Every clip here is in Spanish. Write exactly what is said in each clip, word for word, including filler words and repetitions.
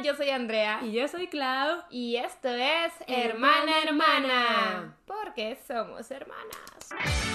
yo soy Andrea. Y yo soy Clau. Y esto es Hermana Hermana, porque somos hermanas.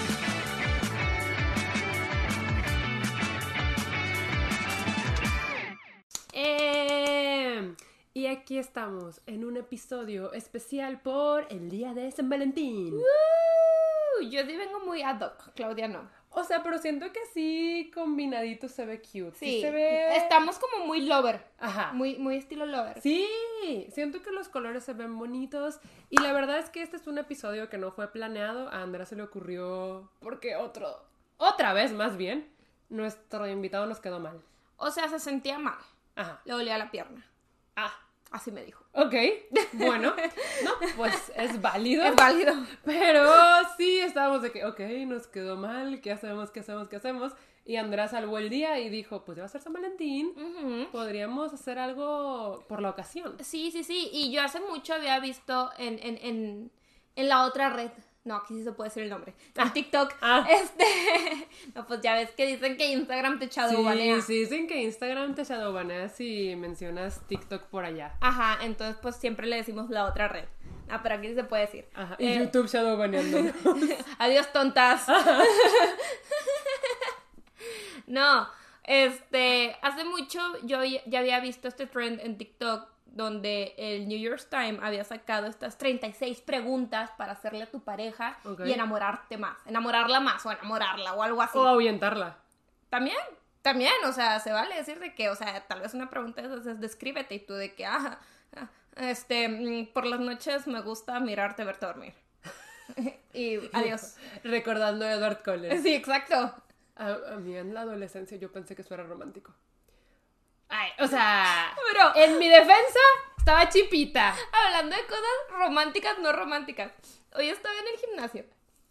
Eh, y aquí estamos en un episodio especial por el día de San Valentín. Uh, yo sí vengo muy ad hoc, Claudia no. O sea, pero siento que sí combinadito se ve cute. Sí, Sí se ve... estamos como muy lover. Ajá. Muy, muy estilo lover. Sí, siento que los colores se ven bonitos. Y la verdad es que este es un episodio que no fue planeado. A Andrea se le ocurrió porque otro... Otra vez, más bien, nuestro invitado nos quedó mal. O sea, se sentía mal. Ajá. Le dolía la pierna. Ah. Así me dijo. Ok, bueno, no, pues es válido. Es válido. Pero sí, estábamos de que, ok, nos quedó mal, ¿qué hacemos, qué hacemos, qué hacemos? Y Andrea salvó el día y dijo, pues ya va a ser San Valentín, Uh-huh. podríamos hacer algo por la ocasión. Sí, sí, sí, y yo hace mucho había visto en, en, en, en la otra red, no, aquí sí se puede decir el nombre, en Ah. TikTok, Ah. este, no, pues ya ves que dicen que Instagram te shadowbanea. Sí, sí, dicen que Instagram te shadowbanea si mencionas TikTok por allá. Ajá, entonces pues siempre le decimos la otra red. Ah, pero aquí sí se puede decir. Ajá, y Eh, YouTube shadowbaneando. Adiós, tontas. No, este, hace mucho yo ya había visto este trend en TikTok donde el New York Times había sacado estas treinta y seis preguntas para hacerle a tu pareja Okay. y enamorarte más, enamorarla más o enamorarla o algo así. O ahuyentarla. También, también, o sea, se vale decir de que, o sea, tal vez una pregunta de esas es descríbete y tú de que, ah, ah, este, mm, por las noches me gusta mirarte, verte dormir. Y adiós. Recordando a Edward Cullen. Sí, exacto. A, a mí en la adolescencia yo pensé que eso era romántico. Ay, o sea, Pero- en mi defensa estaba chipita. Hablando de cosas románticas, no románticas. Hoy estaba en el gimnasio.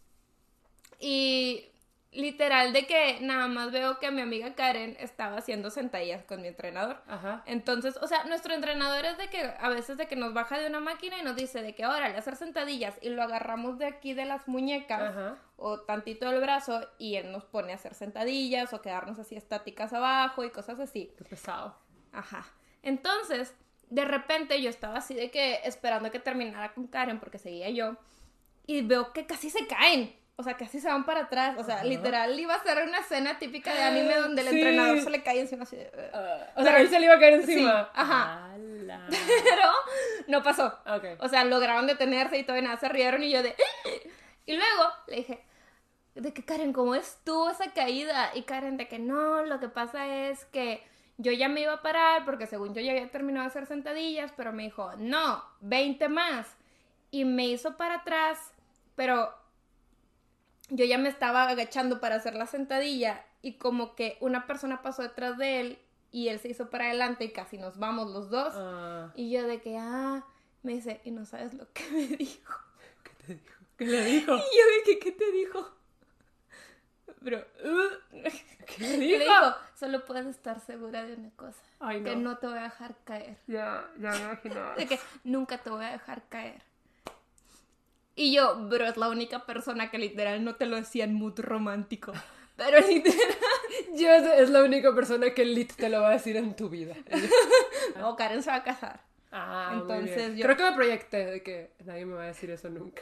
Y literal de que nada más veo que mi amiga Karen estaba haciendo sentadillas con mi entrenador. Ajá. Entonces, o sea, nuestro entrenador es de que a veces de que nos baja de una máquina y nos dice de que órale, hacer sentadillas y lo agarramos de aquí de las muñecas Ajá. o tantito del brazo y él nos pone a hacer sentadillas o quedarnos así estáticas abajo y cosas así. Qué pesado. Ajá. Entonces, de repente yo estaba así de que esperando que terminara con Karen porque seguía yo y veo que casi se caen. O sea, casi se van para atrás. O sea, Ajá. literal iba a ser una escena típica de anime donde el Sí. entrenador se le cae encima así de... Uh, o sea, él se le iba a caer encima. Sí, ajá. ¡Hala! Pero no pasó. Ok. O sea, lograron detenerse y todo y nada, se rieron y yo de... Y luego le dije, de que Karen, ¿cómo estuvo esa caída? Y Karen de que no, lo que pasa es que yo ya me iba a parar porque según yo ya había terminado de hacer sentadillas, pero me dijo, no, veinte más. Y me hizo para atrás, pero yo ya me estaba agachando para hacer la sentadilla y como que una persona pasó detrás de él y él se hizo para adelante y casi nos vamos los dos. Ah, Y yo de que, ah, me dice, y no sabes lo que me dijo. ¿qué te dijo? ¿Qué le dijo? Y yo de que, ¿qué te dijo? Pero, uh, ¿Qué le y dijo? le dijo, solo puedes estar segura de una cosa, Ay, que no. no te voy a dejar caer. Ya, ya me imaginaba. De que nunca te voy a dejar caer. Y yo, bro, es la única persona que literal no te lo decía en mood romántico. Pero literal, Yo es, es la única persona que lit te lo va a decir en tu vida. no, Karen se va a casar. Ah, muy Entonces bien. yo- Creo que me proyecté de que nadie me va a decir eso nunca.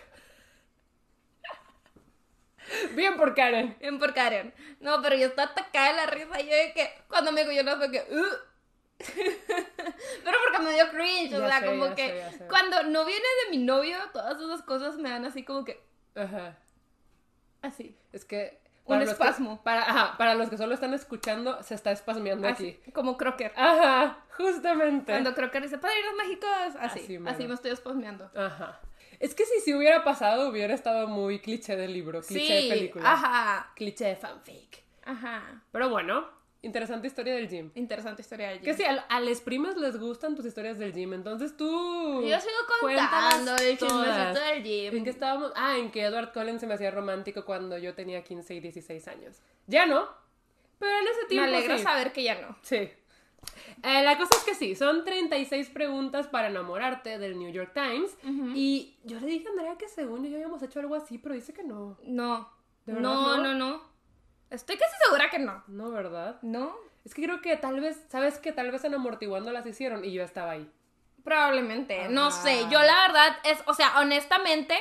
Bien por Karen. Bien por Karen. No, pero yo estaba atacada de la risa. Y yo de que, cuando me dijo, yo no sé qué. Uh. Pero porque me dio cringe. O Ya sea, sé, como ya que sé, ya sé. cuando no viene de mi novio, todas esas cosas me dan así como que. Ajá. Así. Es que... Un para los que- espasmo. para, ajá, para los que solo están escuchando, se está espasmeando Así. aquí. Como Crocker. Ajá, justamente. Cuando Crocker dice, padrinos mágicos. Así. Así Así, mero. me estoy espasmeando. Ajá. Es que si si hubiera pasado, hubiera estado muy cliché de libro, cliché de Sí. película. Ajá. Cliché de fanfic. Ajá. Pero bueno, interesante historia del gym. Interesante historia del Que gym. sí, a, a las primas les gustan tus historias del gym, entonces tú... Yo sigo cuéntalas contando el todas. chismecito del gym. ¿En qué estábamos? Ah, en que Edward Cullen se me hacía romántico cuando yo tenía quince y dieciséis años. Ya no, pero en ese Me tiempo alegra sí. saber que ya no. Sí. Eh, la cosa es que sí, son treinta y seis preguntas para enamorarte del New York Times. Ujú. Y yo le dije a Andrea que según yo ya habíamos hecho algo así, pero dice que no. No. ¿De verdad No, no? no, no. Estoy casi segura que no. No, ¿verdad? ¿No? Es que creo que tal vez, ¿sabes qué? Tal vez en amortiguando las hicieron y yo estaba ahí. Probablemente, Ajá. no sé. Yo la verdad es, o sea, honestamente,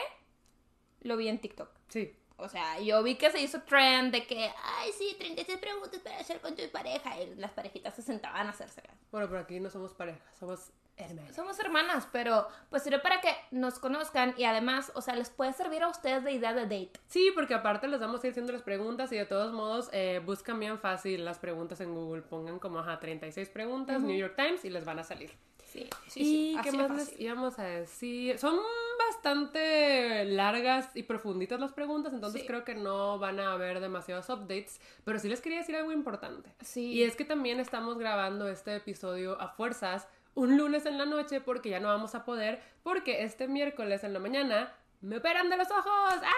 lo vi en TikTok. Sí. O sea, yo vi que se hizo trend de que, ay, sí, treinta y seis preguntas para hacer con tu pareja. Y las parejitas se sentaban a hacérselas. Bueno, pero aquí no somos pareja, somos hermanas. Somos hermanas, pero pues sirve para que nos conozcan y además, o sea, les puede servir a ustedes de idea de date. Sí, porque aparte les vamos a ir haciendo las preguntas y de todos modos eh, buscan bien fácil las preguntas en Google. Pongan como, ajá, treinta y seis preguntas, uh-huh. New York Times y les van a salir. Sí, sí, ¿Y sí. qué Así más de les fácil. íbamos a decir? Son bastante largas y profunditas las preguntas, entonces Sí. creo que no van a haber demasiados updates, pero sí les quería decir algo importante. Sí. Y es que también estamos grabando este episodio a fuerzas un lunes en la noche porque ya no vamos a poder, porque este miércoles en la mañana me operan de los ojos.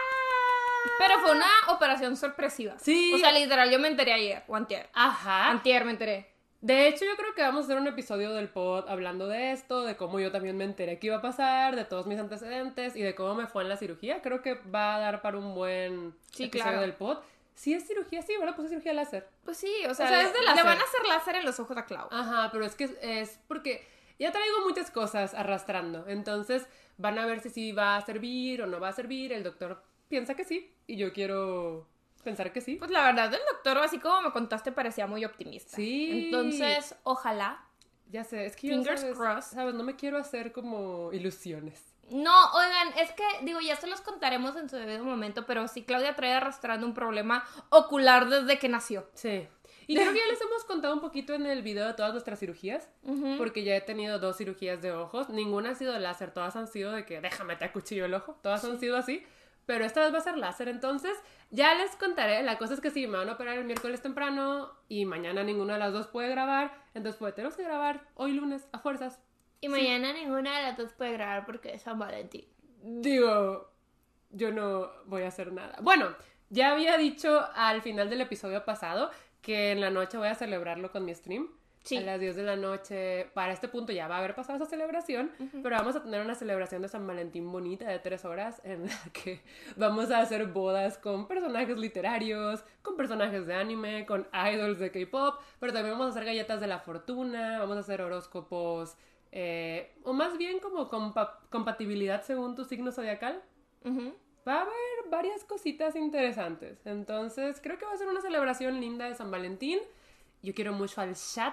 ¡Ah! Pero fue una operación sorpresiva. Sí. O sea, literal, yo me enteré ayer o antier. Ajá. Antier me enteré. De hecho, yo creo que vamos a hacer un episodio del pod hablando de esto, de cómo yo también me enteré que iba a pasar, de todos mis antecedentes y de cómo me fue en la cirugía. Creo que va a dar para un buen Sí, episodio claro. del pod. Sí es cirugía, sí, ¿verdad? Pues es cirugía láser. Pues sí, o sea, O sea, le, es de le láser. van a hacer láser en los ojos a Clau. Ajá, pero es que es, es porque ya traigo muchas cosas arrastrando. Entonces van a ver si sí va a servir o no va a servir. El doctor piensa que sí y yo quiero pensar que sí. Pues la verdad, el doctor, así como me contaste, parecía muy optimista. Sí. Entonces, ojalá. Ya sé, es que yo, Fingers ¿sabes? crossed. ¿sabes? No me quiero hacer como ilusiones. No, oigan, es que, digo, ya se los contaremos en su debido momento, pero sí, Claudia trae arrastrando un problema ocular desde que nació. Sí. Y creo que ya les hemos contado un poquito en el video de todas nuestras cirugías, Uh-huh. porque ya he tenido dos cirugías de ojos. Ninguna ha sido de láser, todas han sido de que déjame te acuchillo el ojo. Todas han sido así, pero esta vez va a ser láser. Entonces, ya les contaré. La cosa es que sí, me van a operar el miércoles temprano y mañana ninguna de las dos puede grabar. Entonces, pues tenemos que grabar hoy lunes a fuerzas. Y mañana ninguna de las dos puede grabar porque es San Valentín. Digo, yo no voy a hacer nada. Bueno, ya había dicho al final del episodio pasado que en la noche voy a celebrarlo con mi stream. Sí. A las diez de la noche. Para este punto ya va a haber pasado esa celebración, uh-huh. pero vamos a tener una celebración de San Valentín bonita de tres horas en la que vamos a hacer bodas con personajes literarios, con personajes de anime, con idols de K-pop, pero también vamos a hacer galletas de la fortuna, vamos a hacer horóscopos, eh, o más bien como compa- compatibilidad según tu signo zodiacal. Uh-huh. Va a haber varias cositas interesantes. Entonces, creo que va a ser una celebración linda de San Valentín. Yo quiero mucho al chat.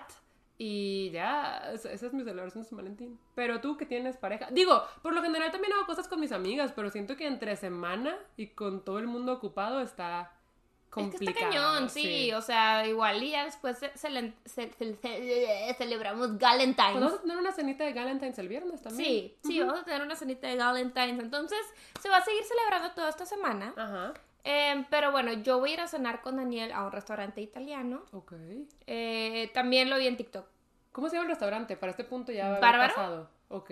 Y ya, esa es mi celebración de San Valentín. Pero tú que tienes pareja. Digo, por lo general también hago cosas con mis amigas, pero siento que entre semana y con todo el mundo ocupado está complicado. Es que está cañón, sí. sí. O sea, igual y ya después se, se, se, se, se, celebramos Galentine's. Pues vamos a tener una cenita de Galentine's el viernes también. Sí, sí, uh-huh. vamos a tener una cenita de Galentine's. Entonces, se va a seguir celebrando toda esta semana. Ajá. Eh, pero bueno, yo voy a ir a cenar con Daniel a un restaurante italiano. Ok. Eh, también lo vi en TikTok. ¿Cómo se llama el restaurante? Para este punto ya va a ¿Bárbaro? haber pasado. Ok.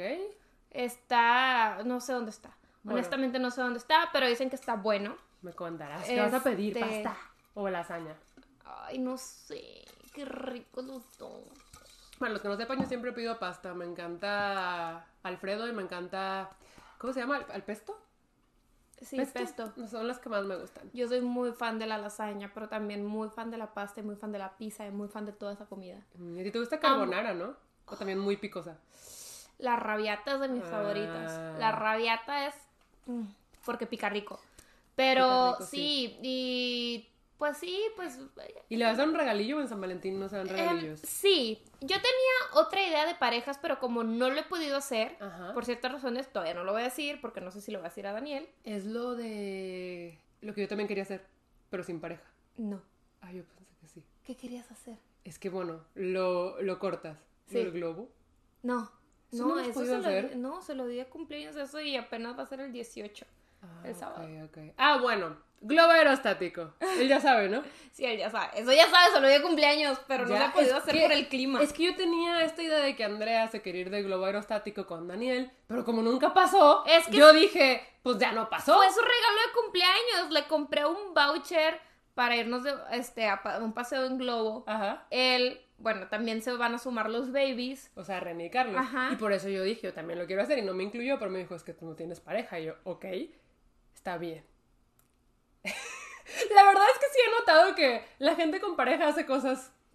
Está... no sé dónde está. Bueno. Honestamente no sé dónde está, pero dicen que está bueno. Me contarás. ¿Qué vas a pedir? Este... ¿Pasta o lasaña? Ay, no sé. Qué rico los dos. Para los que no sepan, yo siempre pido pasta. Me encanta Alfredo y me encanta... ¿Cómo se llama? ¿Al, al pesto? Sí, ¿Pesto? pesto. Son las que más me gustan. Yo soy muy fan de la lasaña, pero también muy fan de la pasta y muy fan de la pizza y muy fan de toda esa comida. ¿Y a ti te gusta carbonara, um, no? O también muy picosa. La rabiata es de mis ah. favoritas. La rabiata es... Mm, porque pica rico. Pero pica rico, sí, sí, y... Pues sí, pues... ¿Y le vas a dar un regalillo en San Valentín? No se dan regalillos. Eh, sí. Yo tenía otra idea de parejas, pero como no lo he podido hacer, Ajá. por ciertas razones, todavía no lo voy a decir, porque no sé si lo voy a decir a Daniel. Es lo de... Lo que yo también quería hacer, pero sin pareja. No. Ah, yo pensé que sí. ¿Qué querías hacer? Es que, bueno, lo, lo cortas. Sí. ¿El globo? No. ¿Eso no, no eso se hacer? Lo, no, se lo di a cumpleaños eso y apenas va a ser el dieciocho. Ah, el sábado. Okay, okay. Ah, bueno. Globo aerostático. Él ya sabe, ¿no? Sí, él ya sabe. Eso ya sabe, se lo di a cumpleaños, pero ya, no se ha podido hacer que, por el clima. Es que yo tenía esta idea de que Andrea se quería ir de globo aerostático con Daniel, pero como nunca pasó, es que yo dije, pues ya no pasó. Fue su regalo de cumpleaños. Le compré un voucher para irnos de, este, a un paseo en globo. Ajá. Él... Bueno, también se van a sumar los babies. O sea, René y Carlos. Ajá. Y por eso yo dije, yo también lo quiero hacer. Y no me incluyó, pero me dijo, es que tú no tienes pareja. Y yo, ok, está bien. La verdad es que sí he notado que la gente con pareja hace cosas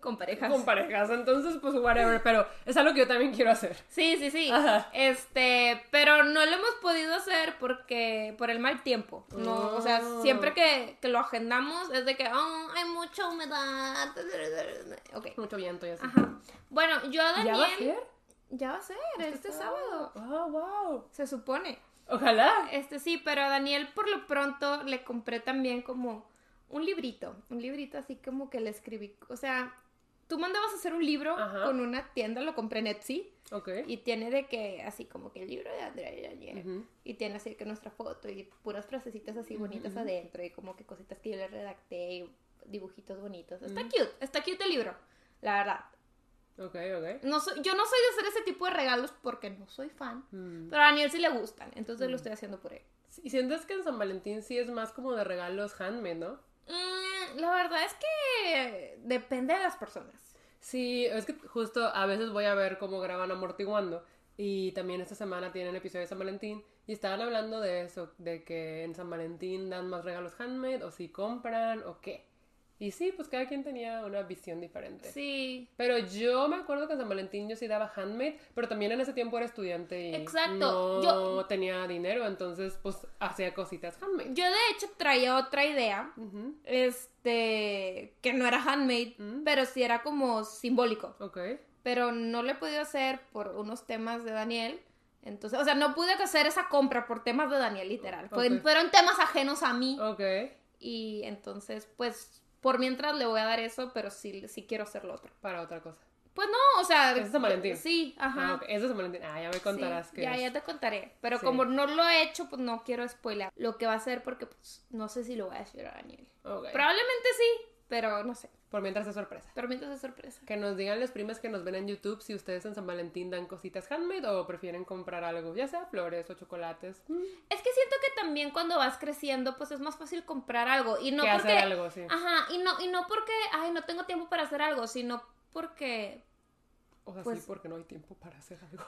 Con parejas. con parejas. Entonces, pues, whatever. Pero es algo que yo también quiero hacer. Sí, sí, sí. Ajá. Este, pero no lo hemos podido hacer porque, por el mal tiempo. No, o sea, Oh. siempre que, que lo agendamos es de que, oh, hay mucha humedad. Ok. Mucho viento y así. Ajá. Bueno, yo a Daniel... ¿Ya va a ser? Ya va a ser, este sábado. Oh, wow. Se supone. Ojalá. Este sí, pero a Daniel por lo pronto le compré también como un librito. Un librito así como que le escribí. O sea, tú mandabas a hacer un libro Ajá. con una tienda, lo compré en Etsy. Ok. Y tiene de que, así como que el libro de Andrea y Daniel. Ujú. Y tiene así que nuestra foto y puras frasecitas así bonitas Ujú. adentro. Y como que cositas que yo le redacté y dibujitos bonitos. Está Ujú. cute, está cute el libro, la verdad. Ok, ok. No soy, yo no soy de hacer ese tipo de regalos porque no soy fan. Mm. Pero a Daniel sí le gustan, entonces Mm. lo estoy haciendo por él. ¿Y sientes que en San Valentín sí es más como de regalos handmade, no? Mm, la verdad es que depende de las personas. Sí, es que justo a veces voy a ver cómo graban Amortiguando y también esta semana tienen episodio de San Valentín y estaban hablando de eso, de que en San Valentín dan más regalos handmade o si compran o qué. Y sí, pues cada quien tenía una visión diferente. Sí. Pero yo me acuerdo que en San Valentín yo sí daba handmade, pero también en ese tiempo era estudiante y Exacto. no Yo- tenía dinero, entonces pues hacía cositas handmade. Yo de hecho traía otra idea, Ujú. este, que no era handmade, Mm. pero sí era como simbólico. Ok. Pero no lo he podido hacer por unos temas de Daniel. Entonces, o sea, no pude hacer esa compra por temas de Daniel, literal. Fue- Ok. Fueron temas ajenos a mí. Ok. Y entonces, pues, por mientras le voy a dar eso, pero sí, sí quiero hacer lo otro. Para otra cosa. Pues no, o sea... ¿Es de San Valentín? Sí, ajá. Ah, ok. Es de San Valentín. Ah, ya me contarás Sí, qué ya, es. ya te contaré. Pero Sí. como no lo he hecho, pues no quiero spoiler lo que va a hacer porque pues, no sé si lo voy a decir a Daniel. Ok. Probablemente sí, pero no sé. Por mientras es sorpresa. Pero mientras es sorpresa. Que nos digan las primas que nos ven en YouTube si ustedes en San Valentín dan cositas handmade o prefieren comprar algo, ya sea flores o chocolates. Mm. Es que siento que también cuando vas creciendo, pues es más fácil comprar algo. Y no que porque. hacer algo, sí. Ajá, y no, y no porque, ay, no tengo tiempo para hacer algo, sino porque. O sea, pues- sí, porque no hay tiempo para hacer algo.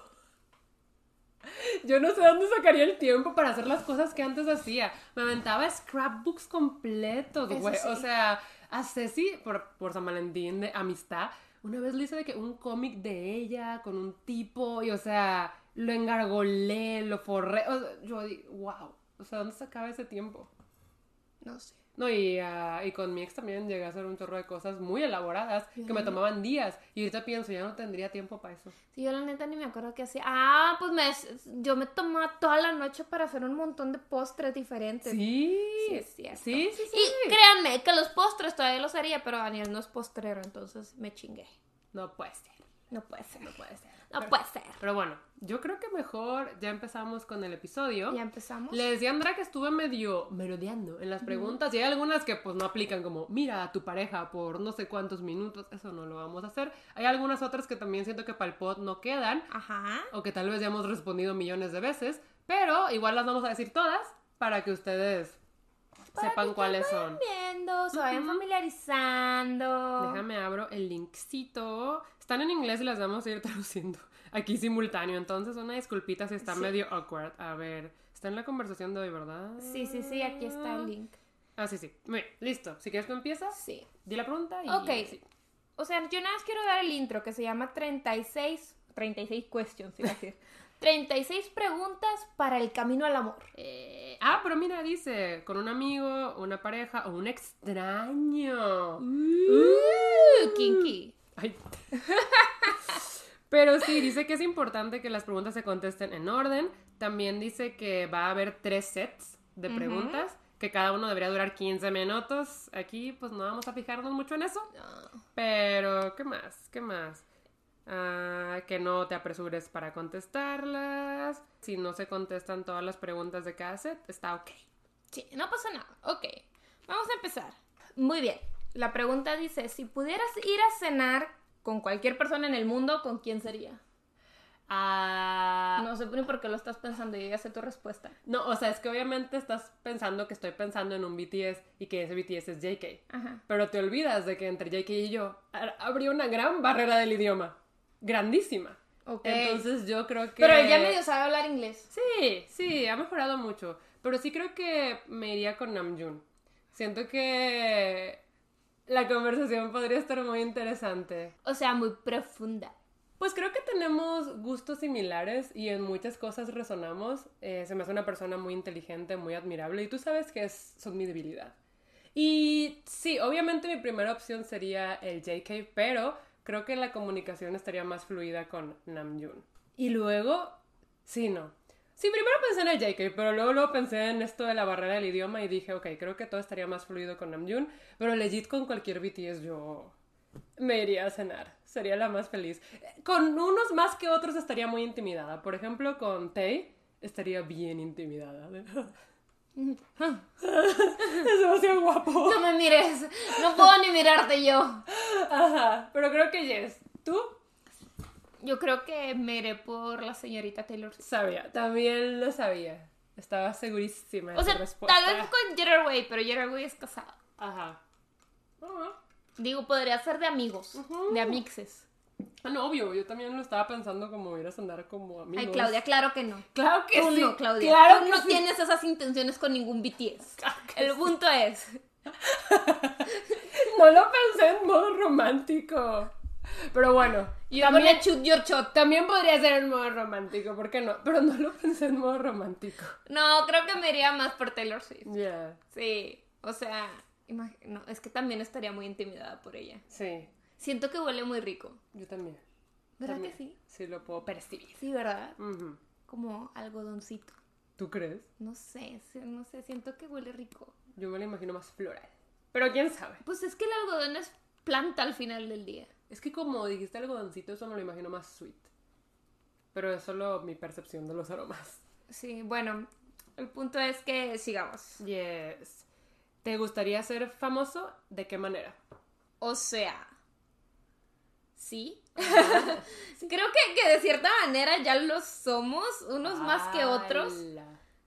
Yo no sé dónde sacaría el tiempo para hacer las cosas que antes hacía. Me aventaba scrapbooks completos, Eso güey. sí. O sea, a Ceci, por, por San Valentín de amistad, una vez le hice de que un cómic de ella con un tipo y, o sea, lo engargolé, lo forré. O sea, yo digo, wow. O sea, ¿dónde sacaba ese tiempo? No sé. No, y, ah, y con mi ex también llegué a hacer un chorro de cosas muy elaboradas que me tomaban días. Y ahorita pienso, ya no tendría tiempo para eso. Sí, yo la neta ni me acuerdo qué hacía. Ah, pues me, yo me tomaba toda la noche para hacer un montón de postres diferentes. Sí. Sí, es cierto. Sí, sí, sí. Y créanme que los postres todavía los haría, pero Daniel no es postrero, entonces me chingué. No puede ser. No puede ser. No puede ser. No Pero- puede ser. Pero bueno, yo creo que mejor ya empezamos con el episodio. Ya empezamos. Le decía a Andra que estuve medio merodeando en las preguntas y hay algunas que pues no aplican como mira a tu pareja por no sé cuántos minutos, eso no lo vamos a hacer. Hay algunas otras que también siento que para el pod no quedan Ajá. o que tal vez ya hemos respondido millones de veces, pero igual las vamos a decir todas para que ustedes Para sepan que cuáles se son. vayan viendo, se vayan familiarizando. Déjame abro el linkcito. Están en inglés y las vamos a ir traduciendo aquí simultáneo. Entonces, una disculpita si está Sí. medio awkward. A ver, está en la conversación de hoy, ¿verdad? Sí, sí, sí, aquí está el link. Ah, sí, sí. Muy bien, listo. Si quieres, tú empiezas. Sí. Di la pregunta y... Ok. sí. O sea, yo nada más quiero dar el intro que se llama treinta y seis, treinta y seis questions, iba a decir. treinta y seis preguntas para el camino al amor. Eh, ah, pero mira, dice, con un amigo, una pareja o un extraño. Uh, kinky. Ay. Pero sí, dice que es importante que las preguntas se contesten en orden. También dice que va a haber tres sets de preguntas, que cada uno debería durar quince minutos. Aquí, pues no vamos a fijarnos mucho en eso. No. Pero, ¿qué más? ¿Qué más? Ah, que no te apresures para contestarlas. Si no se contestan todas las preguntas de cada set, está ok. Sí, no pasa nada. Ok, vamos a empezar. Muy bien. La pregunta dice, si pudieras ir a cenar con cualquier persona en el mundo, ¿con quién sería? Ah, No sé ni por qué lo estás pensando, yo ya sé tu respuesta. no, o sea, es que obviamente estás pensando que estoy pensando en un B T S y que ese B T S es J K. Ajá. Pero te olvidas de que entre J K y yo ha- habría una gran barrera del idioma. Grandísima. Ok. Entonces yo creo que... Pero él ya medio sabe hablar inglés. Sí, sí, ha mejorado mucho. Pero sí creo que me iría con Namjoon. Siento que La conversación podría estar muy interesante. O sea, muy profunda. Pues creo que tenemos gustos similares y en muchas cosas resonamos. Eh, se me hace una persona muy inteligente, muy admirable y tú sabes que es, son mi debilidad. Y sí, obviamente mi primera opción sería el J K, pero creo que la comunicación estaría más fluida con Namjoon. Y luego, sí, no. Sí, primero pensé en el J K, pero luego, luego pensé en esto de la barrera del idioma y dije, ok, creo que todo estaría más fluido con Namjoon, pero legit con cualquier B T S yo me iría a cenar. Sería la más feliz. Con unos más que otros estaría muy intimidada. Por ejemplo, con Tae estaría bien intimidada. Es demasiado guapo. No me mires, no puedo ni mirarte yo. Ajá, pero creo que yes. ¿Tú? Yo creo que me iré por la señorita Taylor Swift. Sabía, también lo sabía. Estaba segurísima de O tu sea, respuesta. tal vez con Gerard Way, pero Gerard Way es casado. Ajá. Uh-huh. Digo, podría ser de amigos, Ujú. de amixes. Ah, no, obvio, yo también lo estaba pensando como ir a cenar como amigos. Ay, Claudia, claro que no. Claro que Tú sí. no, Claudia. Claro Tú que no sí. tienes esas intenciones con ningún B T S. Claro que El sí. punto es... No lo pensé en modo romántico. Pero bueno, Yo también, con el shoot your shot. también podría ser en modo romántico, ¿por qué no? Pero no lo pensé en modo romántico. No, creo que me iría más por Taylor Swift. Yeah. Sí, o sea... imag- No, es que también estaría muy intimidada por ella. Sí, Siento que huele muy rico. yo también. ¿Verdad También. que sí? Sí, lo puedo percibir. Sí, ¿verdad? Ujú. Como algodoncito. ¿Tú crees? No sé, sí, no sé, siento que huele rico. Yo me lo imagino más floral. Pero quién sabe. Pues es que el algodón es planta al final del día. Es que como dijiste algodoncito, eso me lo imagino más sweet. Pero es solo mi percepción de los aromas. Sí, bueno, el punto es que sigamos. Yes. ¿Te gustaría ser famoso? ¿De qué manera? O sea, sí. Creo que, que de cierta manera ya lo somos, unos más que otros. ¡Hala!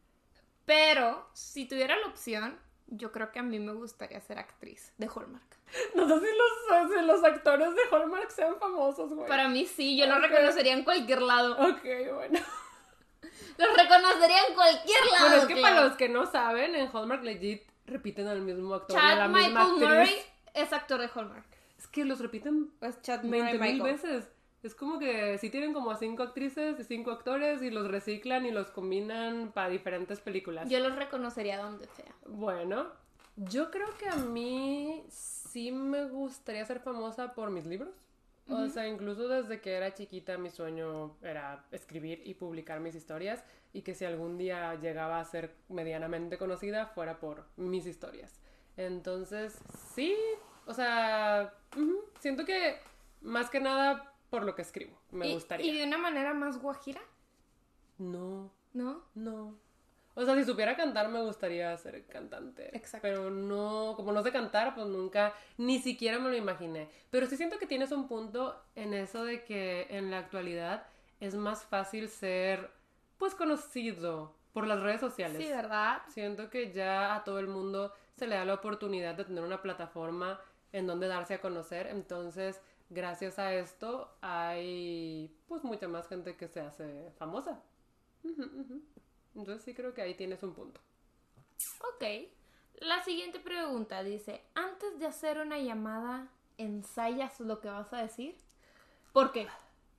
Pero si tuviera la opción, yo creo que a mí me gustaría ser actriz de Hallmark. No sé si los, si los actores de Hallmark sean famosos, güey. Para mí sí, yo lo Ok. reconocería en cualquier lado. Ok, bueno. Los reconocería en cualquier lado. Bueno, es que Clau. para los que no saben, en Hallmark legit repiten al mismo actor y a Chad la misma Michael actriz. Murray es actor de Hallmark. Es que los repiten Es Chad Murray veinte mil Michael. veces. Es como que sí tienen como a cinco actrices y cinco actores y los reciclan y los combinan para diferentes películas. Yo los reconocería donde sea. Bueno, yo creo que a mí sí me gustaría ser famosa por mis libros. O sea, incluso desde que era chiquita mi sueño era escribir y publicar mis historias y que si algún día llegaba a ser medianamente conocida fuera por mis historias. Entonces, sí, o sea, ujú, siento que más que nada por lo que escribo, me y, gustaría. Y de una manera más guajira, No, ¿no? no. O sea, si supiera cantar me gustaría ser cantante. Exacto. Pero no, como no sé cantar, pues nunca, ni siquiera me lo imaginé. Pero sí siento que tienes un punto en eso de que en la actualidad es más fácil ser, pues, conocido por las redes sociales. Sí, ¿verdad? Siento que ya a todo el mundo se le da la oportunidad de tener una plataforma en donde darse a conocer. Entonces, gracias a esto hay, pues, mucha más gente que se hace famosa. Ujú, ujú. Entonces sí creo que ahí tienes un punto. Ok. La siguiente pregunta dice, antes de hacer una llamada, ¿ensayas lo que vas a decir? ¿Por qué?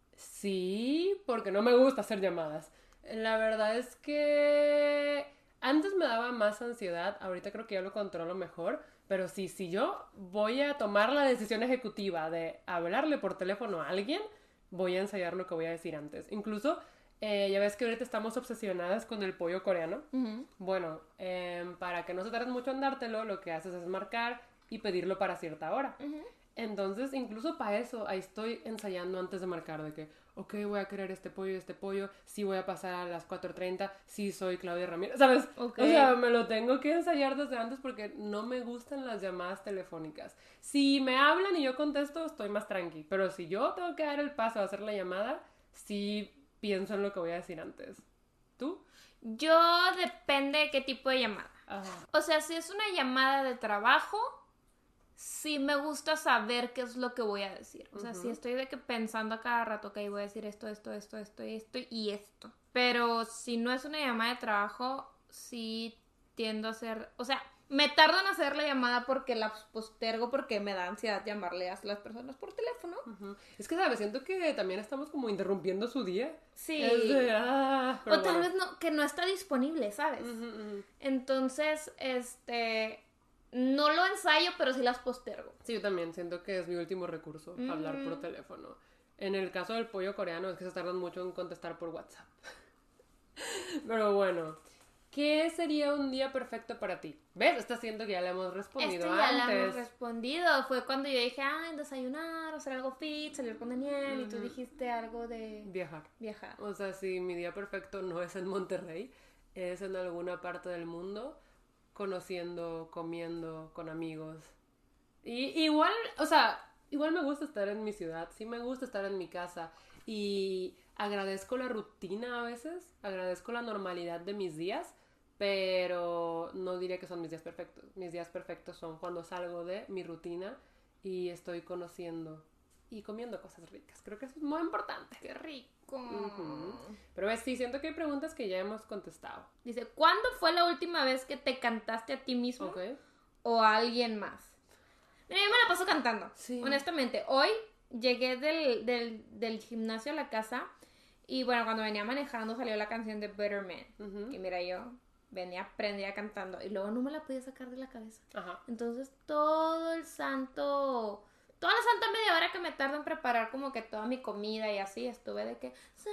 Sí, porque no me gusta hacer llamadas. La verdad es que antes me daba más ansiedad, ahorita creo que ya lo controlo mejor, pero sí, si yo voy a tomar la decisión ejecutiva de hablarle por teléfono a alguien, voy a ensayar lo que voy a decir antes. Incluso, eh, ya ves que ahorita estamos obsesionadas con el pollo coreano. Uh-huh. Bueno, eh, para que no se tarde mucho en dártelo, lo que haces es marcar y pedirlo para cierta hora. Uh-huh. Entonces, incluso para eso, ahí estoy ensayando antes de marcar de que, ok, voy a querer este pollo y este pollo, sí voy a pasar a las cuatro treinta, sí soy Claudia Ramírez, ¿sabes? Okay. O sea, me lo tengo que ensayar desde antes porque no me gustan las llamadas telefónicas. Si me hablan y yo contesto, estoy más tranqui, pero si yo tengo que dar el paso a hacer la llamada, sí pienso en lo que voy a decir antes. ¿Tú? Yo depende de qué tipo de llamada. Ajá. O sea, si es una llamada de trabajo, sí me gusta saber qué es lo que voy a decir. O sea, Uh-huh. si estoy de que pensando a cada rato, ok, voy a decir esto, esto, esto, esto, esto y esto. Pero si no es una llamada de trabajo, sí tiendo a hacer... O sea, Me tardo en hacer la llamada porque la postergo porque me da ansiedad llamarle a las personas por teléfono. Uh-huh. Es que, ¿sabes? Siento que también estamos como interrumpiendo su día. Sí. Es de, ah, o tal bueno. vez no, que no está disponible, ¿sabes? Uh-huh, uh-huh. Entonces, este... No lo ensayo, pero sí las postergo. Sí, yo también siento que es mi último recurso, mm. hablar por teléfono. En el caso del pollo coreano es que se tardan mucho en contestar por WhatsApp. Pero bueno, ¿qué sería un día perfecto para ti? ¿Ves? Esta siento que ya le hemos respondido este ya antes. le hemos respondido. Fue cuando yo dije, ah, desayunar, hacer algo fit, salir con Daniel, mm. y tú dijiste algo de... Viajar. Viajar. O sea, si mi día perfecto no es en Monterrey, es en alguna parte del mundo... conociendo, comiendo con amigos. Y igual, o sea, igual me gusta estar en mi ciudad, sí me gusta estar en mi casa y agradezco la rutina a veces, agradezco la normalidad de mis días, pero no diría que son mis días perfectos. Mis días perfectos son cuando salgo de mi rutina y estoy conociendo y comiendo cosas ricas. Creo que eso es muy importante. ¡Qué rico! Uh-huh. Pero ves, sí, siento que hay preguntas que ya hemos contestado. Dice, ¿cuándo fue la última vez que te cantaste a ti mismo okay. o a alguien más? Mira, yo me la paso cantando, sí. Honestamente. Hoy llegué del, del, del gimnasio a la casa y bueno, cuando venía manejando salió la canción de Better Man. Uh-huh. Que mira, yo venía, aprendía cantando y luego no me la podía sacar de la cabeza. Ajá. Entonces todo el santo... Toda la santa media hora que me tardo en preparar como que toda mi comida y así, estuve de que...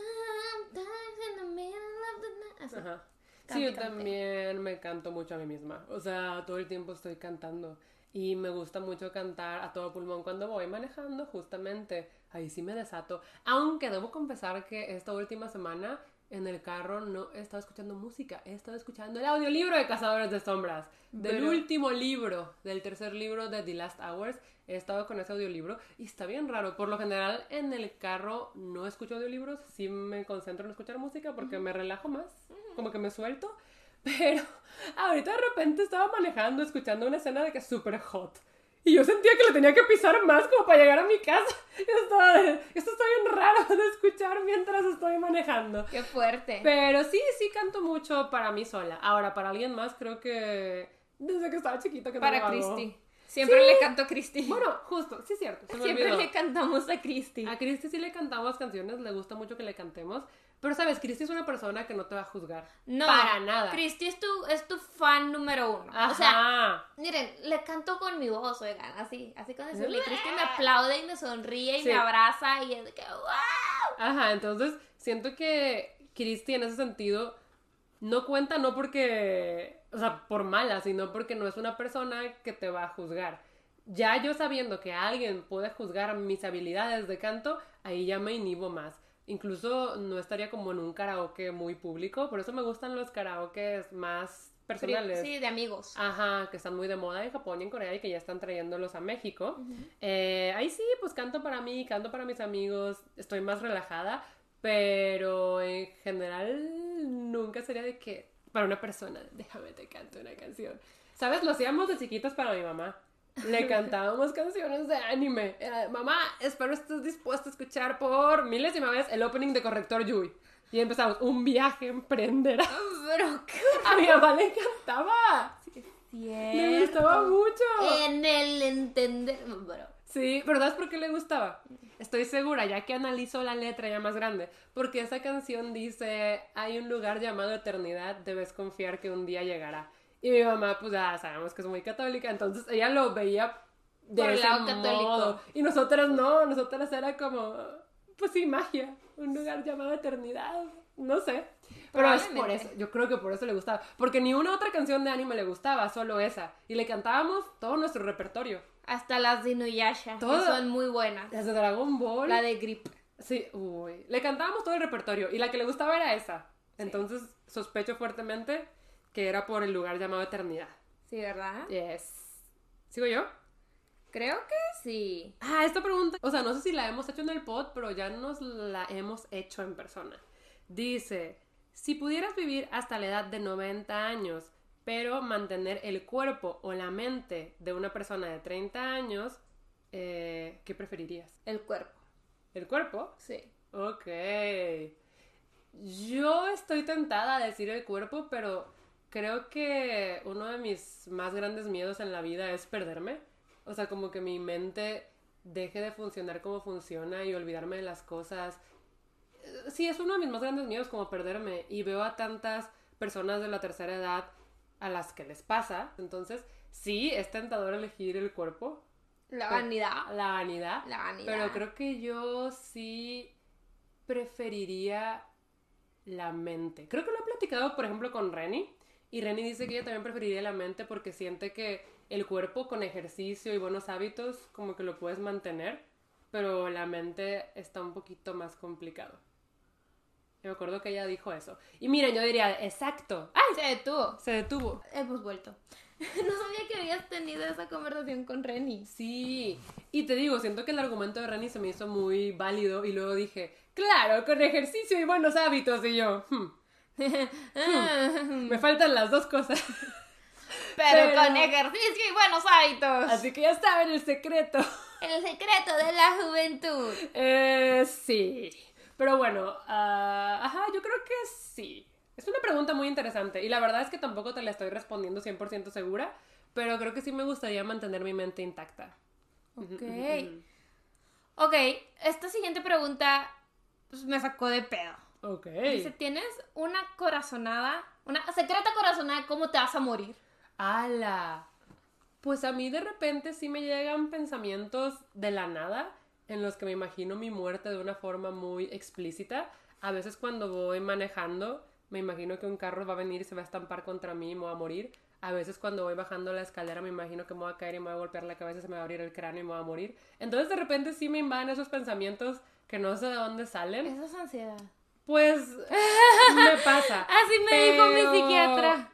Así. Ajá. Sí, yo también me canto mucho a mí misma. O sea, todo el tiempo estoy cantando. Y me gusta mucho cantar a todo pulmón cuando voy manejando, justamente. Ahí sí me desato. Aunque debo confesar que esta última semana en el carro no he estado escuchando música. He estado escuchando el audiolibro de Cazadores de Sombras. Del Pero... último libro, del tercer libro de The Last Hours. He estado con ese audiolibro y está bien raro. Por lo general, en el carro no escucho audiolibros. Sí me concentro en escuchar música porque uh-huh. me relajo más. Uh-huh. Como que me suelto. Pero ahorita de repente estaba manejando, escuchando una escena de que es súper hot. Y yo sentía que le tenía que pisar más como para llegar a mi casa. Estaba de, esto está bien raro de escuchar mientras estoy manejando. ¡Qué fuerte! Pero sí, sí canto mucho para mí sola. Ahora, para alguien más, creo que desde que estaba chiquita que para no lo hago. Cristi. Siempre sí. le canto a Cristi. Bueno, justo, sí es cierto. Se me Siempre olvidó. le cantamos a Cristi. A Cristi sí le cantamos canciones, le gusta mucho que le cantemos. Pero, ¿sabes? Cristi es una persona que no te va a juzgar. No. Para nada. Cristi es tu, es tu fan número uno. Ajá. O sea, miren, le canto con mi voz, oigan, así, así con decirle. Cristi me aplaude y me sonríe y sí. me abraza y es de que ¡wow! Ajá, entonces siento que Cristi en ese sentido no cuenta no porque... O sea, por mala, sino porque no es una persona que te va a juzgar. Ya yo sabiendo que alguien puede juzgar mis habilidades de canto, ahí ya me inhibo más. Incluso no estaría como en un karaoke muy público, por eso me gustan los karaokes más personales. Sí, de amigos. Ajá, que están muy de moda en Japón y en Corea y que ya están trayéndolos a México. Uh-huh. Eh, ahí sí, pues canto para mí, canto para mis amigos, estoy más relajada, pero en general nunca sería de que... Para una persona, déjame te canto una canción. ¿Sabes? Lo hacíamos de chiquitos para mi mamá. Le cantábamos canciones de anime. Era, mamá, espero estés dispuesta a escuchar por milésima vez el opening de Corrector Yui. Y empezamos, un viaje emprenderá. Pero qué... A mi mamá le encantaba. Sí, cierto. Le gustaba mucho. En el entender... Pero... Sí, pero ¿sabes por qué le gustaba? Estoy segura, ya que analizo la letra ya más grande, porque esa canción dice, hay un lugar llamado eternidad, debes confiar que un día llegará. Y mi mamá, pues ya sabemos que es muy católica, entonces ella lo veía de por ese lado modo. Católico. Y nosotras no, nosotras era como, pues sí, magia, un lugar llamado eternidad, no sé. Pero es por eso, yo creo que por eso le gustaba, porque ni una otra canción de anime le gustaba, solo esa. Y le cantábamos todo nuestro repertorio. Hasta las de Inuyasha, que son muy buenas. Las de Dragon Ball. La de Grip. Sí, uy. Le cantábamos todo el repertorio y la que le gustaba era esa. Sí. Entonces sospecho fuertemente que era por el lugar llamado Eternidad. Sí, ¿verdad? Yes. ¿Sigo yo? Creo que sí. Ah, esta pregunta, o sea, no sé si la hemos hecho en el pod, pero ya nos la hemos hecho en persona. Dice, si pudieras vivir hasta la edad de noventa años... pero mantener el cuerpo o la mente de una persona de treinta años, eh, ¿qué preferirías? El cuerpo. ¿El cuerpo? Sí. Ok. Yo estoy tentada a decir el cuerpo, pero creo que uno de mis más grandes miedos en la vida es perderme. O sea, como que mi mente deje de funcionar como funciona y olvidarme de las cosas. Sí, es uno de mis más grandes miedos, como perderme. Y veo a tantas personas de la tercera edad a las que les pasa. Entonces, sí, es tentador elegir el cuerpo. La vanidad. La vanidad. La vanidad. Pero creo que yo sí preferiría la mente. Creo que lo he platicado, por ejemplo, con Reni. Y Reni dice que ella también preferiría la mente porque siente que el cuerpo con ejercicio y buenos hábitos como que lo puedes mantener. Pero la mente está un poquito más complicado. Yo me acuerdo que ella dijo eso. Y miren, yo diría, exacto. ¡Ay! Se detuvo. Se detuvo. Hemos vuelto. No sabía que habías tenido esa conversación con Reni. Sí. Y te digo, siento que el argumento de Reni se me hizo muy válido. Y luego dije, claro, con ejercicio y buenos hábitos. Y yo, hmm, hmm, me faltan las dos cosas. Pero, Pero con ejercicio y buenos hábitos. Así que ya saben el secreto. El secreto de la juventud. Eh, sí. Pero bueno, uh, ajá, yo creo que sí. Es una pregunta muy interesante y la verdad es que tampoco te la estoy respondiendo cien por ciento segura, pero creo que sí me gustaría mantener mi mente intacta. Ok. Ok, esta siguiente pregunta pues, me sacó de pedo. Ok. Dice, ¿tienes una corazonada, una secreta corazonada, cómo te vas a morir? ¡Hala! Pues a mí de repente sí me llegan pensamientos de la nada en los que me imagino mi muerte de una forma muy explícita. A veces cuando voy manejando, me imagino que un carro va a venir y se va a estampar contra mí y me voy a morir. A veces cuando voy bajando la escalera me imagino que me voy a caer y me voy a golpear la cabeza, se me va a abrir el cráneo y me voy a morir. Entonces de repente sí me invaden esos pensamientos que no sé de dónde salen. Eso es ansiedad. Pues me pasa. Así me pero... dijo mi psiquiatra.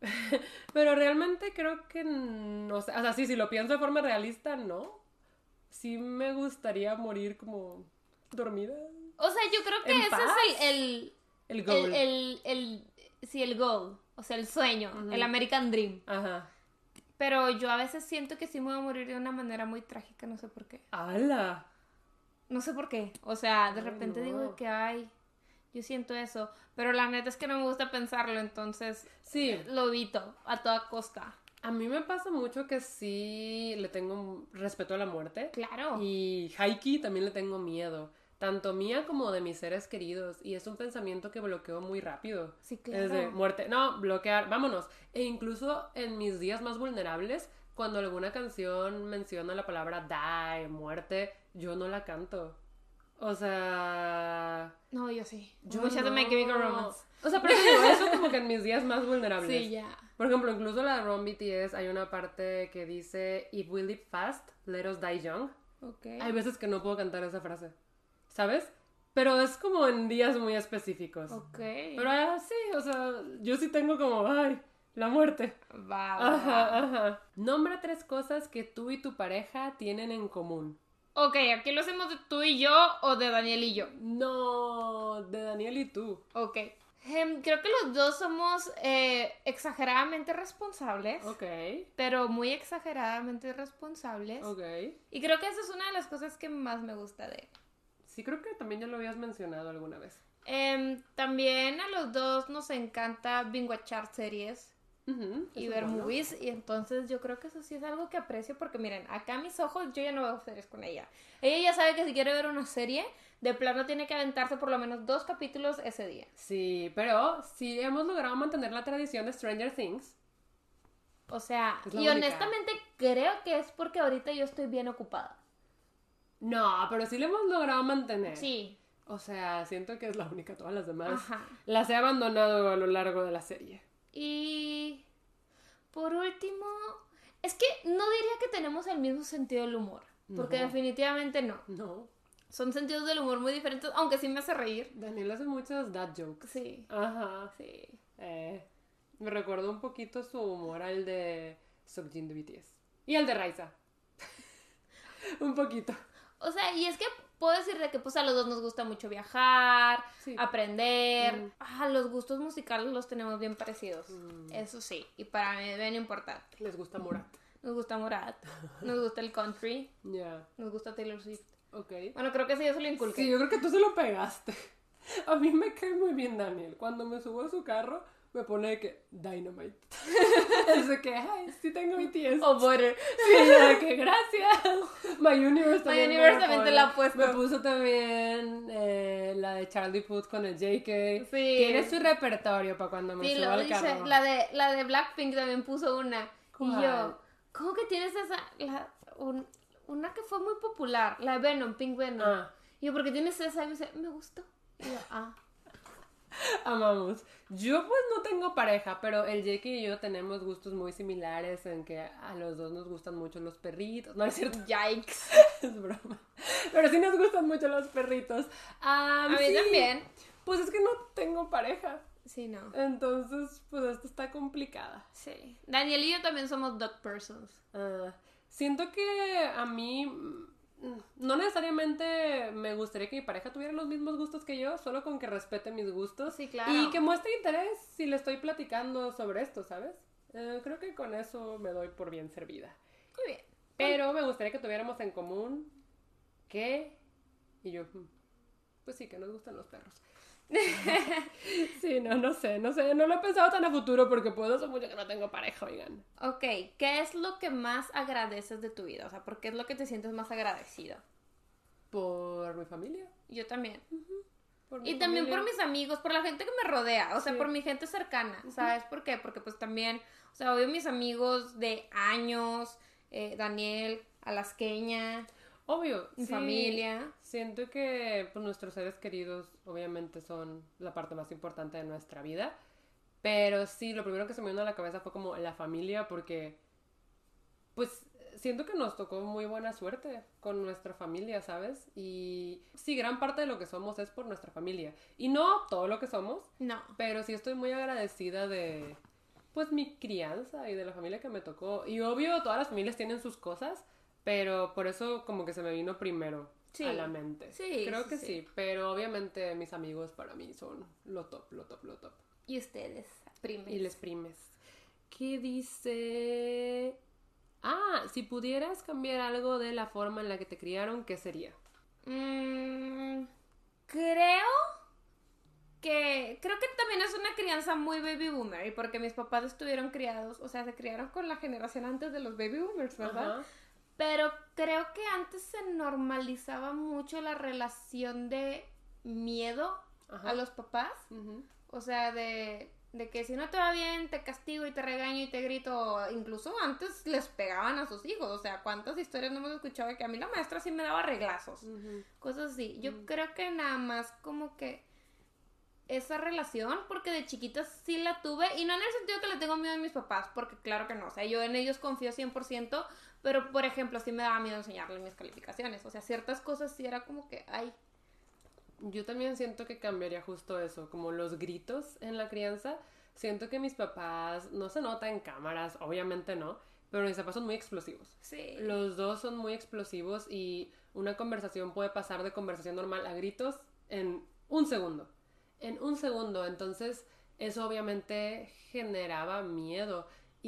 Pero realmente creo que no sé. O sea, sí, si lo pienso de forma realista, no. Sí me gustaría morir como dormida. O sea, yo creo que ese paz? es el... El, el goal. El, el, el, sí, el goal. O sea, el sueño. Uh-huh. El American Dream. Ajá. Pero yo a veces siento que sí me voy a morir de una manera muy trágica, no sé por qué. ¡Hala! No sé por qué. O sea, de ay, repente no. digo que ay, yo siento eso. Pero la neta es que no me gusta pensarlo, entonces sí. lo evito a toda costa. A mí me pasa mucho que sí le tengo respeto a la muerte. Claro. Y Heike también le tengo miedo. Tanto mía como de mis seres queridos. Y es un pensamiento que bloqueo muy rápido. Sí, claro. Es de muerte. No, bloquear, vámonos. E incluso en mis días más vulnerables, cuando alguna canción menciona la palabra die, muerte, yo no la canto. O sea... No, yo sí. Yo Muchas no. de My Chemical Romance. O sea, pero digo, eso como que en mis días más vulnerables. Sí, ya. Por ejemplo, incluso la de Run B T S hay una parte que dice If we live fast, let us die young. Okay. Hay veces que no puedo cantar esa frase, ¿sabes? Pero es como en días muy específicos. Ok. Pero ah, sí, o sea, yo sí tengo como, ay, la muerte. Va, va. Ajá, ajá. Nombra tres cosas que tú y tu pareja tienen en común. Ok, ¿aquí lo hacemos de tú y yo o de Daniel y yo? No, de Daniel y tú. Ok. Um, creo que los dos somos eh, exageradamente responsables. Ok. Pero muy exageradamente responsables. Ok. Y creo que esa es una de las cosas que más me gusta de él. Sí, creo que también ya lo habías mencionado alguna vez. Um, también a los dos nos encanta binguachar series. Uh-huh, y ver bueno. movies, y entonces yo creo que eso sí es algo que aprecio porque miren, acá a mis ojos yo ya no veo series con ella. Ella ya sabe que si quiere ver una serie, de plano tiene que aventarse por lo menos dos capítulos ese día. Sí, pero sí hemos logrado mantener la tradición de Stranger Things. O sea, y única. honestamente creo que es porque ahorita yo estoy bien ocupada. No, pero sí lo hemos logrado mantener. Sí. O sea, siento que es la única, todas las demás Ajá. las he abandonado a lo largo de la serie. Y por último, es que no diría que tenemos el mismo sentido del humor, porque no. definitivamente no. No. Son sentidos del humor muy diferentes, aunque sí me hace reír. Daniel hace muchos dad jokes. Sí. Ajá. Sí. Eh, me recuerdo un poquito su humor al de Seokjin de B T S. Y al de Raisa. Un poquito. O sea, y es que puedo decirle que pues a los dos nos gusta mucho viajar, sí. aprender. Mm. Ah, los gustos musicales los tenemos bien parecidos. Mm. Eso sí, y para mí es bien importante. Les gusta Morat. Nos gusta Morat. Nos gusta el country. Ya. Yeah. Nos gusta Taylor Swift. Ok. Bueno, creo que sí, eso lo inculqué. Sí, yo creo que tú se lo pegaste. A mí me cae muy bien Daniel. Cuando me subo a su carro, me pone de que Dynamite. Es de que, ay, sí tengo B T S. O Butter. Sí, de que gracias. My Universe también. My Universe me también te pone. la ha puesto. Me puso también eh, la de Charlie Puth con el J K. Sí. Tiene su repertorio para cuando me Sí, suba lo al dice. carro. La de, la de Blackpink también puso una. ¿Cuál? Y yo, ¿cómo que tienes esa? La, un- una que fue muy popular, la de Venom, Pink Venom. Ah. Y yo, ¿por qué tienes esa? Y me dice, me gustó. Y yo, ah. Amamos. Yo pues no tengo pareja, pero el Jake y yo tenemos gustos muy similares en que a los dos nos gustan mucho los perritos. No, no es cierto. Yikes. Es broma. Pero sí nos gustan mucho los perritos. A Um, mí sí. también. Pues es que no tengo pareja. Sí, no. Entonces, pues esto está complicada. Sí. Daniel y yo también somos dog persons. Ah, siento que a mí mm, no necesariamente me gustaría que mi pareja tuviera los mismos gustos que yo, solo con que respete mis gustos. Sí, claro. Y que muestre interés si le estoy platicando sobre esto, ¿sabes? Eh, creo que con eso me doy por bien servida. Muy bien. Pero me gustaría que tuviéramos en común que... Y yo, mm, pues sí, que nos gustan los perros. Sí, no, no sé, no sé, no lo he pensado tan a futuro porque puedo hace mucho que no tengo pareja, oigan. Ok, ¿qué es lo que más agradeces de tu vida? O sea, ¿por qué es lo que te sientes más agradecido? Por mi familia. Yo también. Por mi Y también familia. por mis amigos, por la gente que me rodea, o sea, Sí. por mi gente cercana, ¿sabes por qué? Porque pues también, o sea, obvio mis amigos de años, eh, Daniel, Alasqueña, Obvio, mi sí. familia. Siento que pues, nuestros seres queridos obviamente son la parte más importante de nuestra vida. Pero sí, lo primero que se me vino a la cabeza fue como la familia porque pues siento que nos tocó muy buena suerte con nuestra familia, ¿sabes? Y sí, gran parte de lo que somos es por nuestra familia. Y no todo lo que somos, No. pero sí estoy muy agradecida de pues mi crianza y de la familia que me tocó. Y obvio, todas las familias tienen sus cosas, pero por eso como que se me vino primero Sí. a la mente. Sí, Creo sí, que sí. sí. Pero obviamente mis amigos para mí son lo top, lo top, lo top. Y ustedes, primes. Y les primes. ¿Qué dice? Ah, si pudieras cambiar algo de la forma en la que te criaron, ¿qué sería? Mm, creo que creo que también es una crianza muy baby boomer y porque mis papás estuvieron criados, o sea, se criaron con la generación antes de los baby boomers, ¿verdad? Ajá. Pero creo que antes se normalizaba mucho la relación de miedo Ajá. a los papás, Ujú. o sea, de de que si no te va bien, te castigo y te regaño y te grito. Incluso antes les pegaban a sus hijos. O sea, ¿cuántas historias no hemos escuchado de que a mí la maestra sí me daba reglazos? Ujú. Cosas así. Yo Mm. creo que nada más como que esa relación, porque de chiquita sí la tuve. Y no en el sentido que le tengo miedo a mis papás, porque claro que no. O sea, yo en ellos confío cien por ciento. Pero, por ejemplo, sí me daba miedo enseñarles mis calificaciones. O sea, ciertas cosas sí era como que, ay, Yo también siento que cambiaría justo eso, como los gritos en la crianza. Siento que mis papás, no se nota en cámaras, obviamente no, pero mis papás son muy explosivos. sí. Los dos son muy explosivos y una conversación puede pasar de conversación normal a gritos en un segundo. En un segundo, entonces eso obviamente generaba miedo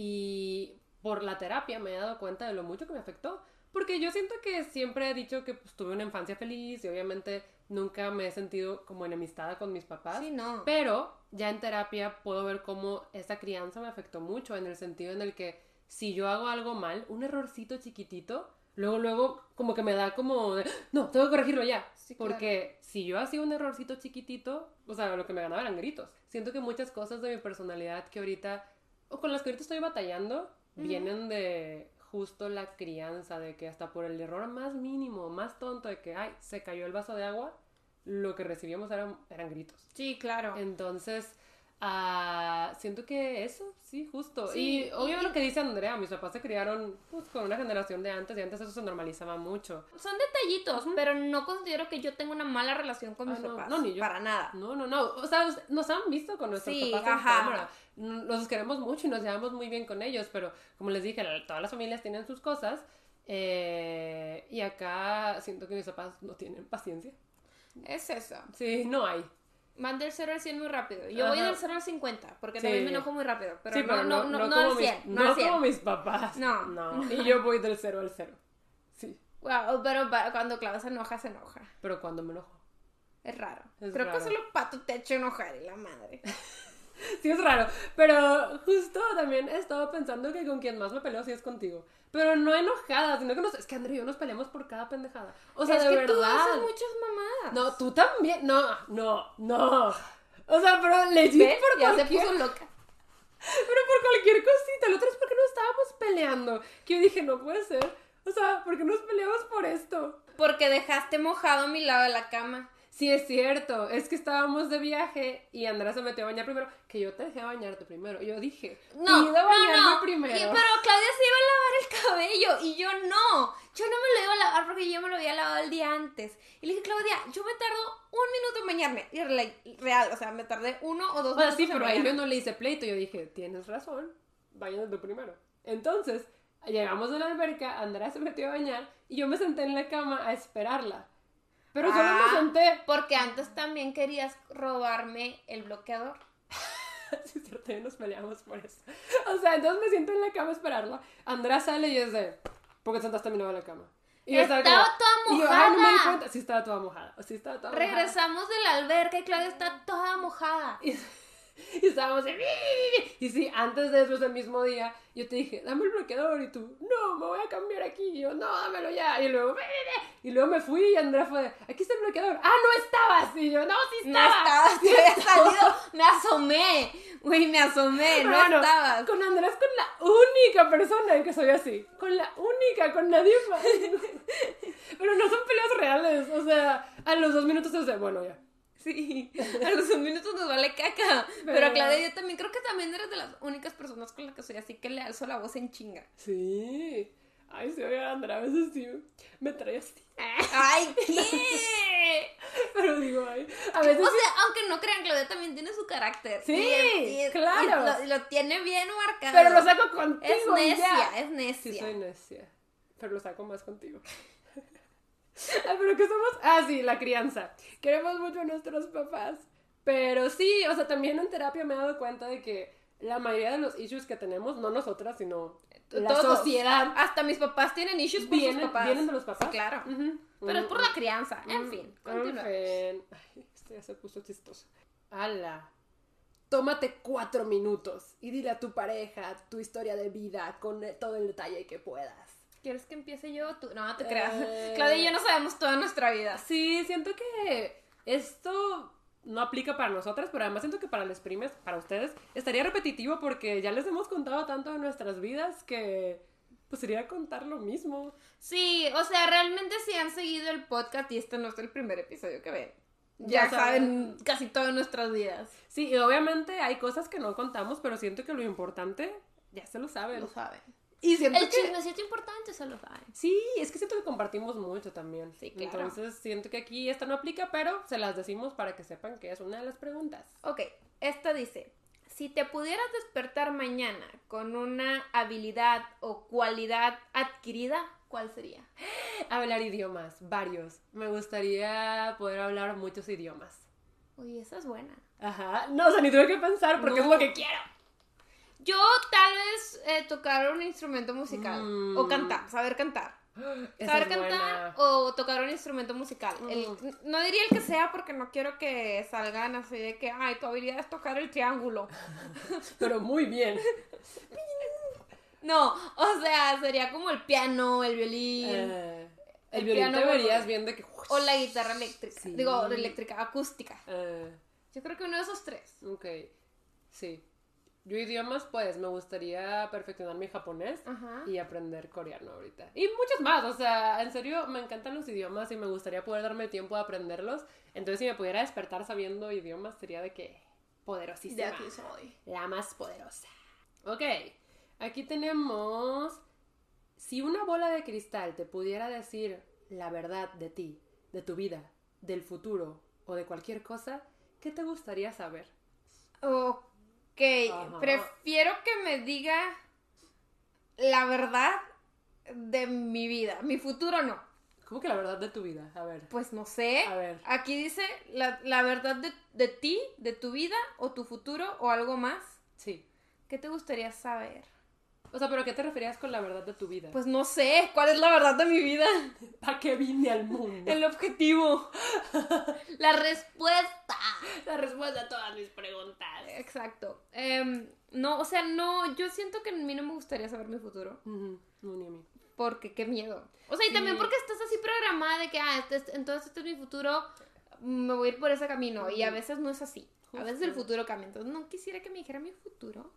y por la terapia me he dado cuenta de lo mucho que me afectó. Porque yo siento que siempre he dicho que pues, tuve una infancia feliz y obviamente nunca me he sentido como enemistada con mis papás. Sí, no. Pero ya en terapia puedo ver cómo esa crianza me afectó mucho en el sentido en el que si yo hago algo mal, un errorcito chiquitito, luego, luego como que me da como, de, no, tengo que corregirlo ya. Sí, claro. Porque si yo hacía un errorcito chiquitito, o sea, lo que me ganaba eran gritos. Siento que muchas cosas de mi personalidad que ahorita, o con las que ahorita estoy batallando, Ujú. vienen de justo la crianza, de que hasta por el error más mínimo, más tonto, de que, ay, se cayó el vaso de agua, lo que recibíamos eran, eran gritos. Sí, claro. Entonces, ah, siento que eso, sí, justo. Sí, y obvio y- lo que dice Andrea, mis papás se criaron pues, con una generación de antes y antes eso se normalizaba mucho. Son detallitos, pero no considero que yo tenga una mala relación con Ah, mis no, papás. no, ni yo. Para nada. No, no, no. O sea, nos han visto con nuestros Sí, papás en ajá. cámara. Los queremos mucho y nos llevamos muy bien con ellos, pero como les dije, la- todas las familias tienen sus cosas. eh, y acá siento que mis papás no tienen paciencia. Es eso. Sí, no hay. Van del cero al cien muy rápido. Yo voy Ajá. del cero al cincuenta, porque Sí. también me enojo muy rápido. Pero, sí, no, pero no, no, no, como al mis- cien. No, no al cien. como mis papás. No. No. Y yo voy del cero al cero. Sí. Wow, pero pa- cuando Clau se enoja, se enoja. Pero cuando me enojo. Es raro. Es Creo raro. que solo Pato te ha hecho enojar y la madre. Sí es raro, pero justo también he estado pensando que con quien más me peleo sí es contigo. Pero no enojada, sino que nos... Es que Andrea y yo nos peleamos por cada pendejada. O sea, es de que verdad. tú haces muchas mamadas. No, tú también. No, no, no. O sea, pero legit ¿Ves? por Ya cualquier... se puso loca. Pero por cualquier cosita. La otra es porque no estábamos peleando. Que yo dije, no puede ser. O sea, ¿por qué nos peleamos por esto? Porque dejaste mojado a mi lado de la cama. Sí, es cierto. Es que estábamos de viaje y Andrea se metió a bañar primero. Que yo te dejé bañarte primero. Y yo dije, No, pido no, bañarme no. primero. Y- pero Claudia se iba a lavar el cabello y yo no. Yo no me lo iba a lavar porque yo me lo había lavado el día antes. Y le dije, Claudia, yo me tardo un minuto en bañarme. Y re- real, o sea, me tardé uno o dos O sea, minutos sí, en pero ahí yo bañarme. no le hice pleito. Yo dije, tienes razón, bañate tú primero. Entonces, llegamos a la alberca, Andrea se metió a bañar y yo me senté en la cama a esperarla. Pero solo Ah, me senté. porque antes también querías robarme el bloqueador. Sí, es cierto, y nos peleamos por eso. O sea, entonces me siento en la cama a esperarla. Andrea sale y es de, ¿por qué te sentaste a mi lado de la cama? Y yo Estaba como- toda y yo, "Ay, no me di mojada". cuenta". Sí, estaba toda mojada. Sí, estaba toda mojada. Regresamos de la alberca y Claudia está toda mojada. Y, y estábamos de... Y sí, antes de eso, ese mismo día, yo te dije, dame el bloqueador. Y tú, no, me voy a cambiar aquí. Y yo, no, dámelo ya. Y luego, y luego me fui y Andrea fue de, aquí está el bloqueador. Ah, no estabas. Y yo, no, sí No estaba. estabas, te había salido, me asomé, güey, me asomé, no Pero bueno, estabas. con Andrea es con la única persona en que soy así. Con la única, con nadie más. Pero no son peleas reales. O sea, a los dos minutos es de, bueno, ya. Sí, a los dos minutos nos vale caca. Pero, Pero- Claudia, yo también creo que también eres de las únicas personas con las que soy así que le alzo la voz en chinga. Sí. Ay, sí, oye, Andrea, a veces sí me trae así. ¡Ay, qué! Pero digo, ay, a veces O sí- sea, aunque no crean, Claudia también tiene su carácter. Sí, Y- y- claro. y lo, y lo tiene bien marcado. Pero lo saco contigo Es y necia, ya. es necia. Sí, soy necia. Pero lo saco más contigo. Ay, pero ¿qué somos? Ah, sí, la crianza. Queremos mucho a nuestros papás. Pero sí, o sea, también en terapia me he dado cuenta de que la mayoría de los issues que tenemos, no nosotras, sino la Todos. sociedad, Hasta mis papás tienen issues por vienen, sus papás. vienen de los papás. Sí, claro. Ujú. Pero es por Mm, la crianza. En mm, fin, en continúa. fin. Ay, esto ya se puso chistoso. Ala. Tómate cuatro minutos y dile a tu pareja tu historia de vida con todo el detalle que puedas. ¿Quieres que empiece yo? Tú? No, te creas. Eh. Claudia y yo no sabemos toda nuestra vida. Sí, siento que esto no aplica para nosotras, pero además siento que para las primas, para ustedes, estaría repetitivo porque ya les hemos contado tanto de nuestras vidas que pues sería contar lo mismo. Sí, o sea, realmente si han seguido el podcast y este no es el primer episodio que ven. Ya, Ya saben. saben casi todas nuestras vidas. Sí, y obviamente hay cosas que no contamos, pero siento que lo importante ya se lo saben. Lo saben. Y siento El que... chismecito importante se lo saben. Sí, es que siento que compartimos mucho también. Sí, claro. Entonces siento que aquí esta no aplica, pero se las decimos para que sepan que es una de las preguntas. Ok, esta dice, si te pudieras despertar mañana con una habilidad o cualidad adquirida, ¿cuál sería? Hablar idiomas, varios. Me gustaría poder hablar muchos idiomas. Uy, esa es buena. Ajá. No, o sea, ni tuve que pensar porque No. es lo que quiero. Yo tal vez eh, tocar un instrumento musical Mm. o cantar, saber cantar. Esa Saber es cantar buena. o tocar un instrumento musical. El- Mm. no diría el que sea porque no quiero que salgan así de que, ay, tu habilidad es tocar el triángulo. Pero muy bien. No, o sea, sería como el piano, el violín Eh, el, El violín piano, te verías bueno. bien de que... o la guitarra eléctrica. Sí. Digo, eléctrica, acústica. Eh, Yo creo que uno de esos tres. ok, sí. Yo idiomas, pues, me gustaría perfeccionar mi japonés Ajá. y aprender coreano ahorita. Y muchos más, o sea, en serio, me encantan los idiomas y me gustaría poder darme el tiempo de aprenderlos. Entonces, si me pudiera despertar sabiendo idiomas, sería de que poderosísima. De aquí soy. La más poderosa. Ok, aquí tenemos... Si una bola de cristal te pudiera decir la verdad de ti, de tu vida, del futuro o de cualquier cosa, ¿qué te gustaría saber? Ok, Ajá. prefiero que me diga la verdad de mi vida. Mi futuro no. ¿Cómo que la verdad de tu vida? A ver. Pues no sé. A ver. Aquí dice la, la verdad de, de ti, de tu vida o tu futuro o algo más. Sí. ¿Qué te gustaría saber? O sea, ¿pero qué te referías con la verdad de tu vida? Pues no sé, ¿cuál es la verdad de mi vida? ¿Para qué vine al mundo? El objetivo. La respuesta. La respuesta a todas mis preguntas. Exacto. Em, no, o sea, no, yo siento que a mí no me gustaría saber mi futuro. Uh-huh. No, ni a mí. Porque qué miedo. O sea, y Sí. también porque estás así programada de que, ah, este es- entonces este es mi futuro, me voy a ir por ese camino. Y a veces no es así. A veces el Justo. futuro cambia. Entonces no quisiera que me dijera mi futuro.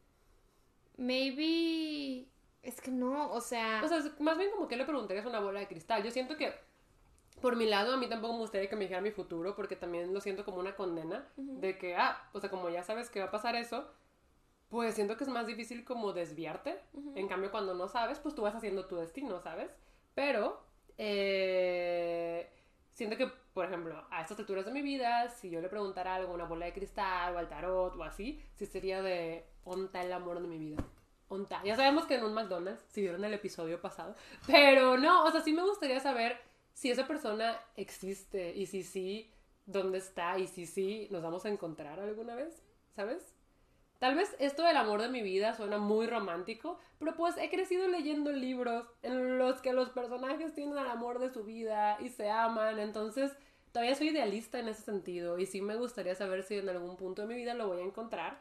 Maybe... Es que no, o sea... O sea, es más bien como que le preguntarías a una bola de cristal. Yo siento que, por mi lado, a mí tampoco me gustaría que me dijera mi futuro, porque también lo siento como una condena Ujú. de que, ah, o sea, como ya sabes que va a pasar eso, pues siento que es más difícil como desviarte. Ujú. En cambio, cuando no sabes, pues tú vas haciendo tu destino, ¿sabes? Pero, eh, siento que, por ejemplo, a estas alturas de mi vida, si yo le preguntara algo a una bola de cristal o al tarot o así, sí sería de, ¿onta el amor de mi vida? Onta. Ya sabemos que en un McDonald's, si vieron el episodio pasado, pero no, o sea, sí me gustaría saber si esa persona existe y si sí, dónde está y si sí, nos vamos a encontrar alguna vez, ¿sabes? Tal vez esto del amor de mi vida suena muy romántico, pero pues he crecido leyendo libros en los que los personajes tienen el amor de su vida y se aman, entonces todavía soy idealista en ese sentido y sí me gustaría saber si en algún punto de mi vida lo voy a encontrar,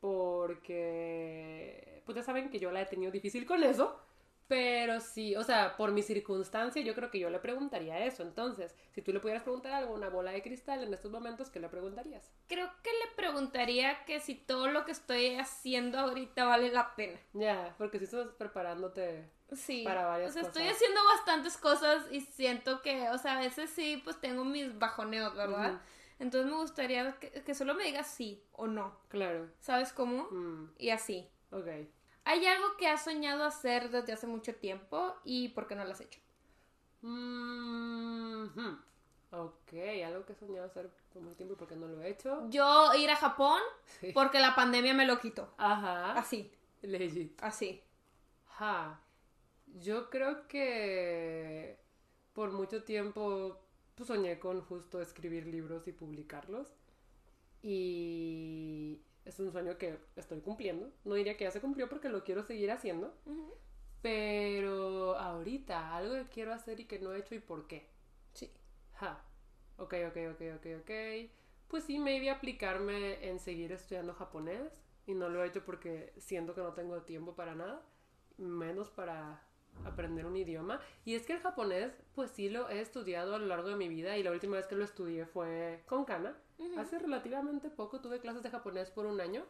porque pues ya saben que yo la he tenido difícil con eso, pero sí, o sea, por mi circunstancia yo creo que yo le preguntaría eso. Entonces, si tú le pudieras preguntar algo a una bola de cristal en estos momentos, ¿qué le preguntarías? Creo que le preguntaría que si todo lo que estoy haciendo ahorita vale la pena. Ya, porque si estás preparándote Sí. para varias O sea, cosas. estoy haciendo bastantes cosas y siento que, o sea, a veces sí, pues tengo mis bajoneos, ¿verdad? Ujú. Entonces me gustaría que, que solo me digas sí o no. Claro. ¿Sabes cómo? Mm, Y así. ok. ¿Hay algo que has soñado hacer desde hace mucho tiempo y por qué no lo has hecho? Mm, hmm. Ok, algo que he soñado hacer por mucho tiempo y porque no lo he hecho. Yo ir a Japón Sí. porque la pandemia me lo quitó. Ajá. Así, Legit. así. Ja. Yo creo que por mucho tiempo pues, soñé con justo escribir libros y publicarlos. Y es un sueño que estoy cumpliendo. No diría que ya se cumplió porque lo quiero seguir haciendo. Ujú. Pero ahorita, algo que quiero hacer y que no he hecho y por qué. Sí. Ja. Ok, ok, ok, ok, ok. Pues sí, maybe aplicarme en seguir estudiando japonés. Y no lo he hecho porque siento que no tengo tiempo para nada. Menos para aprender un idioma. Y es que el japonés, pues sí lo he estudiado a lo largo de mi vida. Y la última vez que lo estudié fue con Kana. Ujú. Hace relativamente poco tuve clases de japonés por un año.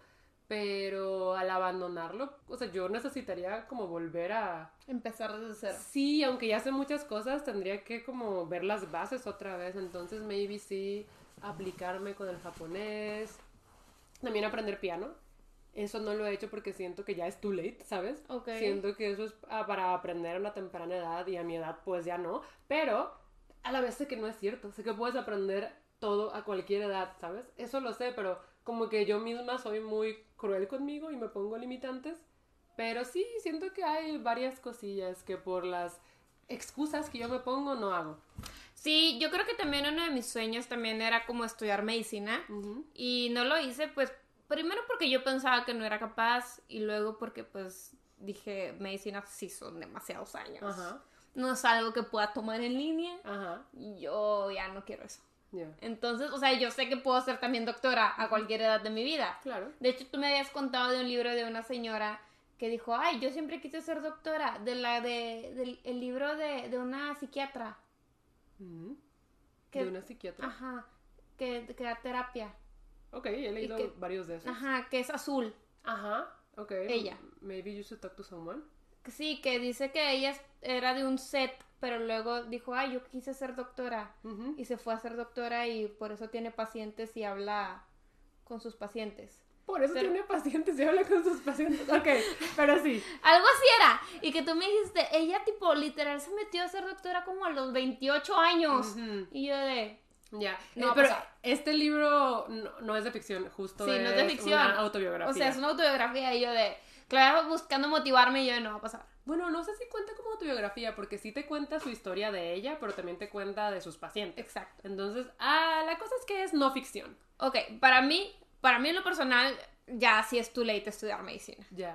Pero al abandonarlo, o sea, yo necesitaría como volver a... Empezar desde cero. Sí, aunque ya sé muchas cosas, tendría que como ver las bases otra vez. Entonces, maybe sí, aplicarme con el japonés. También aprender piano. Eso no lo he hecho porque siento que ya es too late, ¿sabes? Ok. Siento que eso es ah, para aprender a una temprana edad y a mi edad pues ya no. Pero a la vez sé que no es cierto. Sé que puedes aprender todo a cualquier edad, ¿sabes? Eso lo sé, pero como que yo misma soy muy cruel conmigo y me pongo limitantes. Pero sí, siento que hay varias cosillas que por las excusas que yo me pongo no hago. Sí, yo creo que también uno de mis sueños también era como estudiar medicina. Uh-huh. Y no lo hice, pues, primero porque yo pensaba que no era capaz y luego porque, pues, dije, medicina sí son demasiados años. Ajá, No es algo que pueda tomar en línea ajá, y yo ya no quiero eso. ya. Entonces, o sea, yo sé que puedo ser también doctora a cualquier edad de mi vida. Claro. De hecho, tú me habías contado de un libro de una señora que dijo, ay, yo siempre quise ser doctora, de la de, del el libro de, de una psiquiatra. Uh-huh. Que- De una psiquiatra. Ajá, que, que da terapia. Ok, he leído que- varios de esos. Ajá, que es azul. Ajá, ok. Ella. Maybe you should talk to someone. Que sí, que dice que ella es- era de un set, pero luego dijo, ay, yo quise ser doctora. Uh-huh. Y se fue a ser doctora y por eso tiene pacientes y habla con sus pacientes. Por eso Pero- tiene pacientes y habla con sus pacientes. Ok, pero sí. Algo así era. Y que tú me dijiste, ella tipo literal se metió a ser doctora como a los veintiocho años. Ujú. Y yo de... Ya, No Eh, va a pero pasar. este libro no, no es de ficción, justo Sí, es, no es de ficción. una autobiografía. O sea, es una autobiografía y yo de... Claro, buscando motivarme y yo de no va a pasar. Bueno, no sé si cuenta como autobiografía, porque sí te cuenta su historia de ella, pero también te cuenta de sus pacientes. Exacto. Entonces, ah, la cosa es que es no ficción. Ok, para mí, para mí en lo personal, ya sí es too late estudiar medicina. Ya.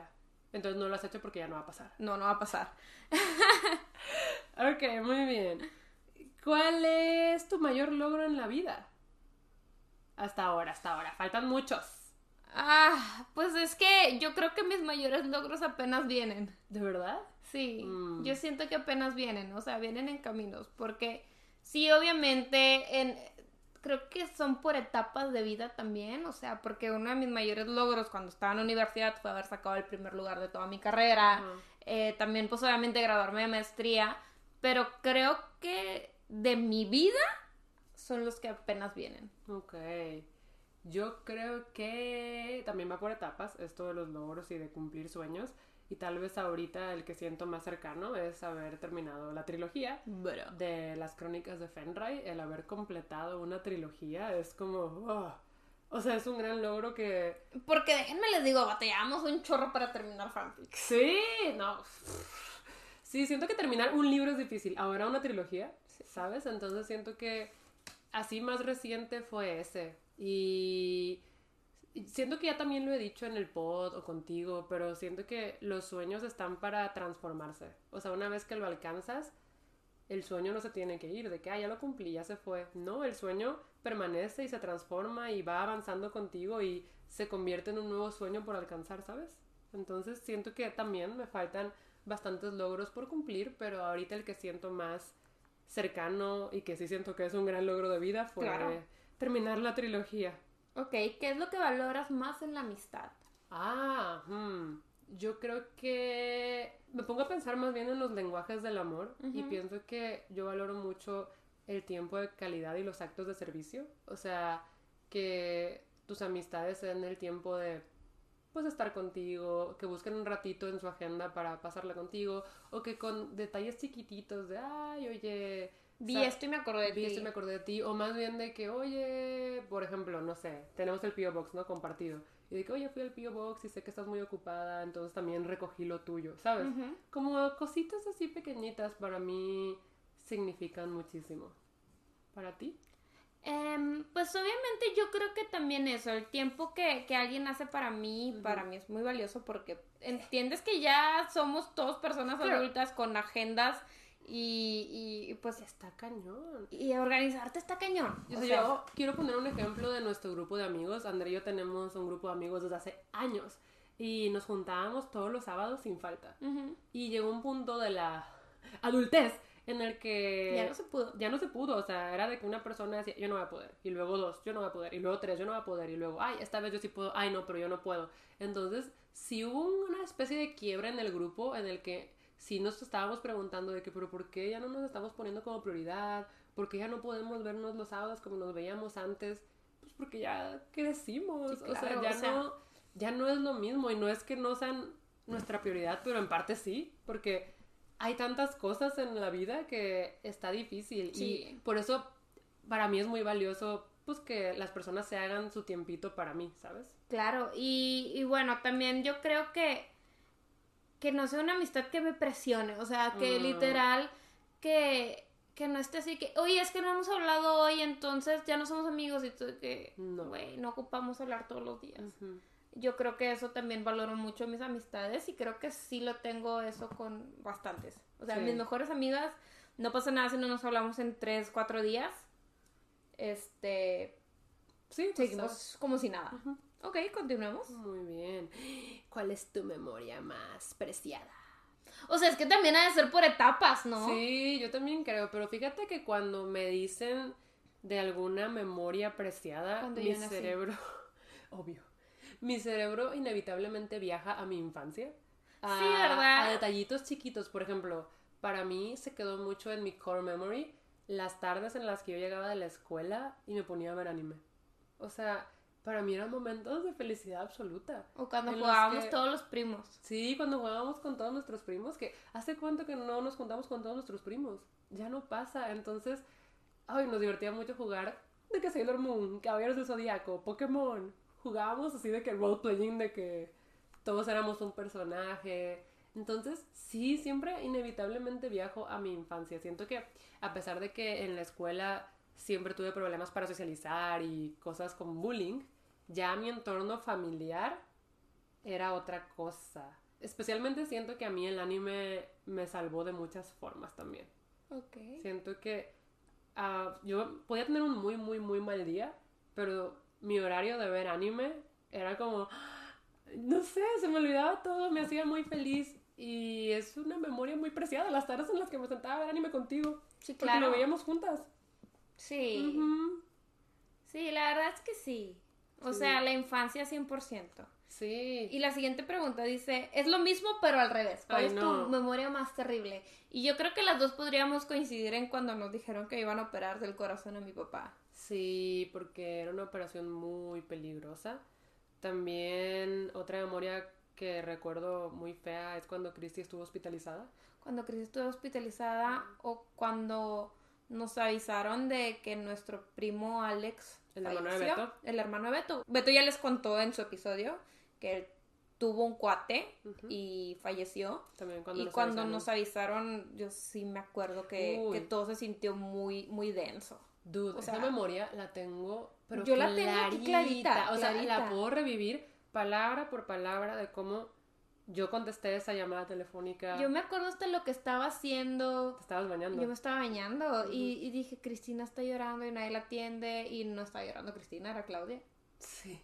Entonces no lo has hecho porque ya no va a pasar. No, no va a pasar. Ok, muy bien. ¿Cuál es tu mayor logro en la vida? Hasta ahora, hasta ahora. Faltan muchos. Ah, pues es que yo creo que mis mayores logros apenas vienen. ¿De verdad? Sí, Mm. yo siento que apenas vienen, o sea, vienen en caminos, porque sí, obviamente, en, creo que son por etapas de vida también, o sea, porque uno de mis mayores logros cuando estaba en la universidad fue haber sacado el primer lugar de toda mi carrera, Uh-huh. eh, también pues obviamente graduarme de maestría, pero creo que de mi vida son los que apenas vienen. Ok. Yo creo que también va por etapas esto de los logros y de cumplir sueños. Y tal vez ahorita el que siento más cercano es haber terminado la trilogía Bro. de las crónicas de Fenrir. El haber completado una trilogía es como... oh. O sea, es un gran logro que... Porque déjenme les digo, batallamos un chorro para terminar fanfics. Sí, no. Sí, siento que terminar un libro es difícil. Ahora una trilogía, ¿sabes? Entonces siento que así más reciente fue ese. Y siento que ya también lo he dicho en el pod o contigo, pero siento que los sueños están para transformarse. O sea, una vez que lo alcanzas, el sueño no se tiene que ir, de que, ah, ya lo cumplí, ya se fue. No, el sueño permanece y se transforma y va avanzando contigo y se convierte en un nuevo sueño por alcanzar, ¿sabes? Entonces siento que también me faltan bastantes logros por cumplir, pero ahorita el que siento más cercano y que sí siento que es un gran logro de vida fue Claro. terminar la trilogía. Ok, ¿qué es lo que valoras más en la amistad? Ah, hmm. Yo creo que me pongo a pensar más bien en los lenguajes del amor uh-huh. y pienso que yo valoro mucho el tiempo de calidad y los actos de servicio. O sea, que tus amistades den el tiempo de pues estar contigo, que busquen un ratito en su agenda para pasarla contigo, o que con detalles chiquititos de, ay, oye... Vi o sea, esto y me acordé de vi ti. esto y me acordé de ti, o más bien de que, oye, por ejemplo, no sé, tenemos el P O Box, ¿no? Compartido. Y de que, oye, fui al P O Box y sé que estás muy ocupada, entonces también recogí lo tuyo, ¿sabes? Uh-huh. Como cositas así pequeñitas para mí significan muchísimo. ¿Para ti? Um, pues obviamente yo creo que también eso, el tiempo que, que alguien hace para mí, uh-huh. para mí es muy valioso porque entiendes que ya somos todos personas claro. adultas con agendas y, y pues está cañón. Y organizarte está cañón. O, o sea, sea, yo quiero poner un ejemplo de nuestro grupo de amigos. André y yo tenemos un grupo de amigos desde hace años y nos juntábamos todos los sábados sin falta. Uh-huh. Y llegó un punto de la adultez en el que ya no se pudo. Ya no se pudo, o sea, era de que una persona decía, yo no voy a poder, y luego dos, yo no voy a poder, y luego tres, yo no voy a poder, y luego, ay, esta vez yo sí puedo, ay, no, pero yo no puedo. Entonces, sí hubo una especie de quiebra en el grupo en el que sí nos estábamos preguntando de que, pero ¿por qué ya no nos estamos poniendo como prioridad? ¿Por qué ya no podemos vernos los sábados como nos veíamos antes? Pues porque ya crecimos, sí, claro, o sea, ya o sea... no, ya no es lo mismo, y no es que no sean nuestra prioridad, pero en parte sí, porque hay tantas cosas en la vida que está difícil sí. Y por eso para mí es muy valioso pues que las personas se hagan su tiempito para mí, ¿sabes? Claro, y, y bueno, también yo creo que que no sea una amistad que me presione, o sea, que mm. literal que, que no esté así que, oye, es que no hemos hablado hoy, entonces ya no somos amigos y tú que, güey, no. no ocupamos hablar todos los días. Uh-huh. Yo creo que eso también valoro mucho mis amistades y creo que sí lo tengo eso con bastantes. O sea, sí. Mis mejores amigas, no pasa nada si no nos hablamos en tres, cuatro días. Este... Sí, seguimos pues, como si nada. Uh-huh. Ok, continuemos. Muy bien. ¿Cuál es tu memoria más preciada? O sea, es que también ha de ser por etapas, ¿no? Sí, yo también creo, pero fíjate que cuando me dicen de alguna memoria preciada, cuando mi cerebro... Obvio. Mi cerebro inevitablemente viaja a mi infancia. A, sí, ¿verdad? A detallitos chiquitos. Por ejemplo, para mí se quedó mucho en mi core memory las tardes en las que yo llegaba de la escuela y me ponía a ver anime. O sea, para mí eran momentos de felicidad absoluta. O cuando jugábamos que... todos los primos. Sí, cuando jugábamos con todos nuestros primos, que hace cuánto que no nos juntamos con todos nuestros primos. Ya no pasa. Entonces, ay, nos divertía mucho jugar de que Sailor Moon, Caballeros del Zodíaco, Pokémon. Jugábamos así de que role-playing, de que todos éramos un personaje. Entonces, sí, siempre inevitablemente viajo a mi infancia. Siento que a pesar de que en la escuela siempre tuve problemas para socializar y cosas con bullying, ya mi entorno familiar era otra cosa. especialmente siento que a mí el anime me salvó de muchas formas también. Ok. Siento que uh, yo podía tener un muy, muy, muy mal día, pero mi horario de ver anime era como, no sé, se me olvidaba todo, me hacía muy feliz. Y es una memoria muy preciada, las tardes en las que me sentaba a ver anime contigo. Sí, porque claro. lo veíamos juntas. Sí. Uh-huh. Sí, la verdad es que sí. O Sí. sea, la infancia cien por ciento. Sí. Y la siguiente pregunta dice, es lo mismo pero al revés. ¿Cuál Ay, es no. tu memoria más terrible? Y yo creo que las dos podríamos coincidir en cuando nos dijeron que iban a operar del corazón a mi papá. Sí, porque era una operación muy peligrosa. También otra memoria que recuerdo muy fea es cuando Christy estuvo hospitalizada. Cuando Cris estuvo hospitalizada o cuando nos avisaron de que nuestro primo Alex El falleció. hermano de Beto. El hermano de Beto. Beto ya les contó en su episodio que él tuvo un cuate uh-huh. y falleció. También cuando y nos cuando avisaron. nos avisaron, yo sí me acuerdo que, que todo se sintió muy, muy denso. Dude, o esa sea, memoria la tengo, pero yo clarita. la tengo aquí clarita. O sea, clarita. la puedo revivir palabra por palabra de cómo yo contesté esa llamada telefónica. Yo me acuerdo hasta lo que estaba haciendo. Te estabas bañando. Yo me estaba bañando uh-huh. y, y dije, Cristina está llorando y nadie la atiende. Y no estaba llorando Cristina, era Claudia. Sí.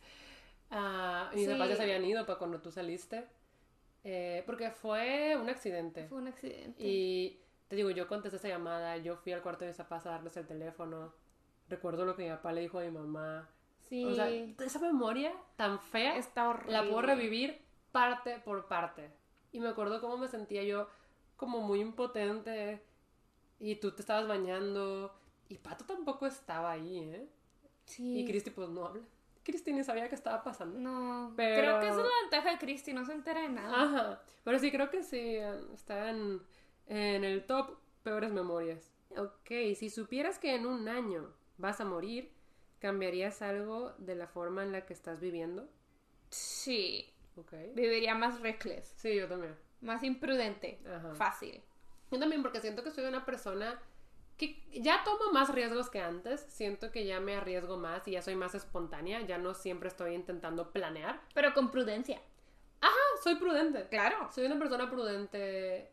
Uh, mis sí. papás ya se habían ido para cuando tú saliste. Eh, porque fue un accidente. Fue un accidente. Y te digo, yo contesté esa llamada, yo fui al cuarto de mis papás a darles el teléfono. Recuerdo lo que mi papá le dijo a mi mamá. Sí. O sea, esa memoria tan fea está horrible. La puedo revivir parte por parte. Y me acuerdo cómo me sentía yo como muy impotente. Y tú te estabas bañando. Y Pato tampoco estaba ahí, ¿eh? Sí. Y Cristi pues no habla. Cristi ni sabía qué estaba pasando. No. Pero... Creo que esa es la ventaja de Cristi, no se entera de nada. Ajá. Pero sí, creo que sí. Está en, en el top peores memorias. Ok, si supieras que en un año vas a morir, ¿cambiarías algo de la forma en la que estás viviendo? Sí. Okay. Viviría más reckless. Sí, yo también. Más imprudente. Ajá. Fácil. Yo también, porque siento que soy una persona que ya tomo más riesgos que antes. Siento que ya me arriesgo más y ya soy más espontánea. Ya no siempre estoy intentando planear. Pero con prudencia. Ajá, soy prudente. Claro. Soy una persona prudente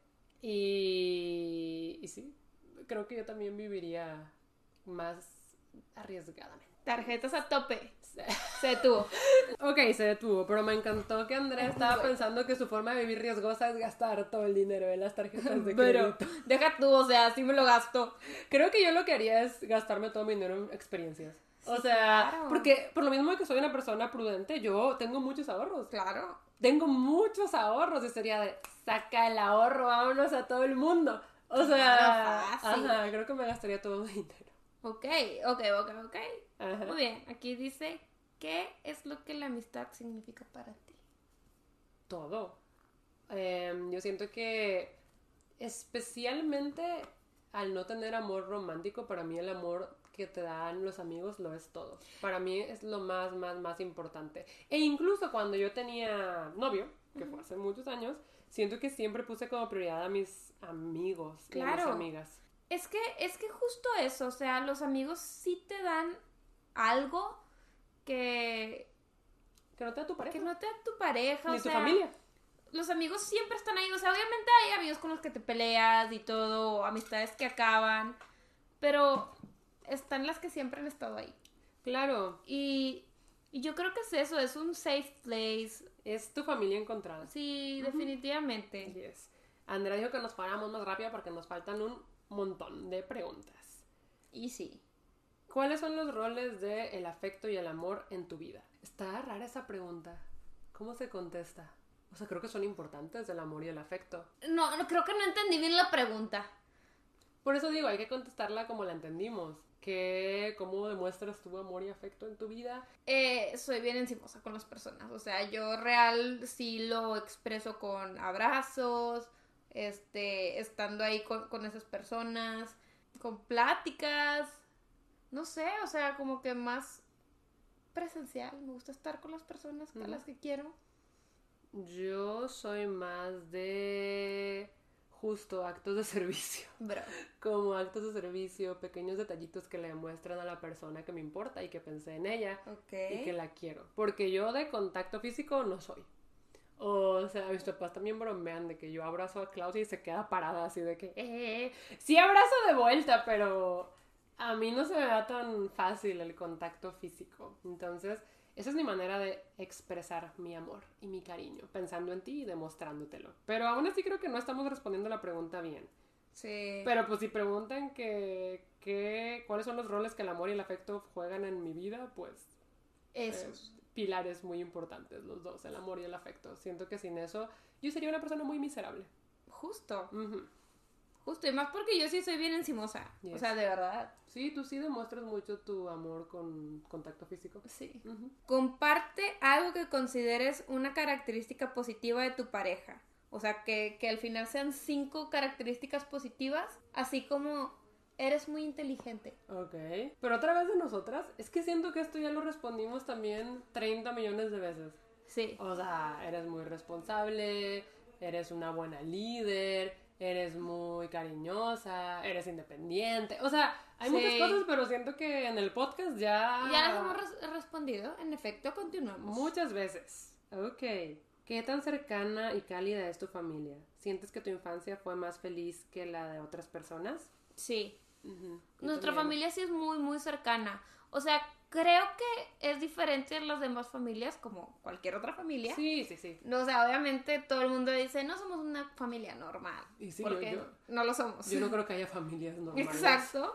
y... y sí, creo que yo también viviría más arriesgadamente. Tarjetas a tope. Se detuvo. Ok, se detuvo, pero me encantó que Andrea estaba pensando que su forma de vivir riesgosa es gastar todo el dinero en las tarjetas de pero, crédito. Deja tú, o sea, sí me lo gasto. Creo que yo lo que haría es gastarme todo mi dinero en experiencias. Sí, o sea, claro. porque por lo mismo que soy una persona prudente, yo tengo muchos ahorros. Claro. Tengo muchos ahorros y sería de, saca el ahorro, vámonos a todo el mundo. O sea, claro, fácil. Ajá, creo que me gastaría todo mi dinero. Ok, ok, ok, ok. Ajá. Muy bien, aquí dice, ¿qué es lo que la amistad significa para ti? Todo. Eh, yo siento que especialmente al no tener amor romántico, para mí el amor que te dan los amigos lo es todo. Para mí es lo más, más, más importante. E incluso cuando yo tenía novio, que fue hace muchos años, siento que siempre puse como prioridad a mis amigos y claro. a mis amigas. Es que, es que justo eso, o sea, los amigos sí te dan algo que... Que no te da tu pareja. Que no te da tu pareja, Ni o tu sea... familia. Los amigos siempre están ahí, o sea, obviamente hay amigos con los que te peleas y todo, amistades que acaban, pero están las que siempre han estado ahí. Claro. Y, y yo creo que es eso, es un safe place. Es tu familia encontrada. Sí, uh-huh. definitivamente. Yes. Andrea dijo que nos paramos más rápido porque nos faltan un montón de preguntas. Y sí. ¿Cuáles son los roles de el afecto y el amor en tu vida? Está rara esa pregunta. ¿Cómo se contesta? O sea, creo que son importantes el amor y el afecto. No, no, creo que no entendí bien la pregunta. Por eso digo, hay que contestarla como la entendimos. ¿Qué, ¿Cómo demuestras tu amor y afecto en tu vida? Eh, soy bien encimosa con las personas. O sea, yo real sí lo expreso con abrazos, este, estando ahí con, con esas personas, con pláticas. No sé, o sea, como que más presencial. Me gusta estar con las personas con uh-huh. las que quiero. Yo soy más de justo actos de servicio. Bro. Como actos de servicio, pequeños detallitos que le demuestran a la persona que me importa y que pensé en ella okay. y que la quiero. Porque yo de contacto físico no soy. O sea, mis papás también bromean de que yo abrazo a Claudia y se queda parada así de que, eh, sí abrazo de vuelta, pero a mí no se me da tan fácil el contacto físico. Entonces, esa es mi manera de expresar mi amor y mi cariño, pensando en ti y demostrándotelo. Pero aún así creo que no estamos respondiendo la pregunta bien. Sí. Pero pues si preguntan que, que cuáles son los roles que el amor y el afecto juegan en mi vida, pues Esos. eh, pilares muy importantes los dos, el amor y el afecto. Siento que sin eso yo sería una persona muy miserable. Justo. Uh-huh. Justo. Y más porque yo sí soy bien encimosa. Yes. O sea, de verdad. Sí, tú sí demuestras mucho tu amor con contacto físico. Sí. Uh-huh. Comparte algo que consideres una característica positiva de tu pareja. O sea, que, que al final sean cinco características positivas, así como eres muy inteligente. Ok. Pero otra vez de nosotras, es que siento que esto ya lo respondimos también treinta millones de veces. Sí. O sea, eres muy responsable, eres una buena líder, eres muy cariñosa, eres independiente. O sea, hay Sí. muchas cosas, pero siento que en el podcast ya... Ya las hemos res- respondido. En efecto, continuamos. Muchas veces. Ok. ¿Qué tan cercana y cálida es tu familia? ¿Sientes que tu infancia fue más feliz que la de otras personas? Sí. Uh-huh. Nuestra familia sí es muy, muy cercana. O sea, creo que es diferente de las demás familias, como cualquier otra familia. Sí, sí, sí. O sea, obviamente todo el mundo dice, no somos una familia normal. Y sí, porque yo, yo, no lo somos. Yo no creo que haya familias normales. Exacto.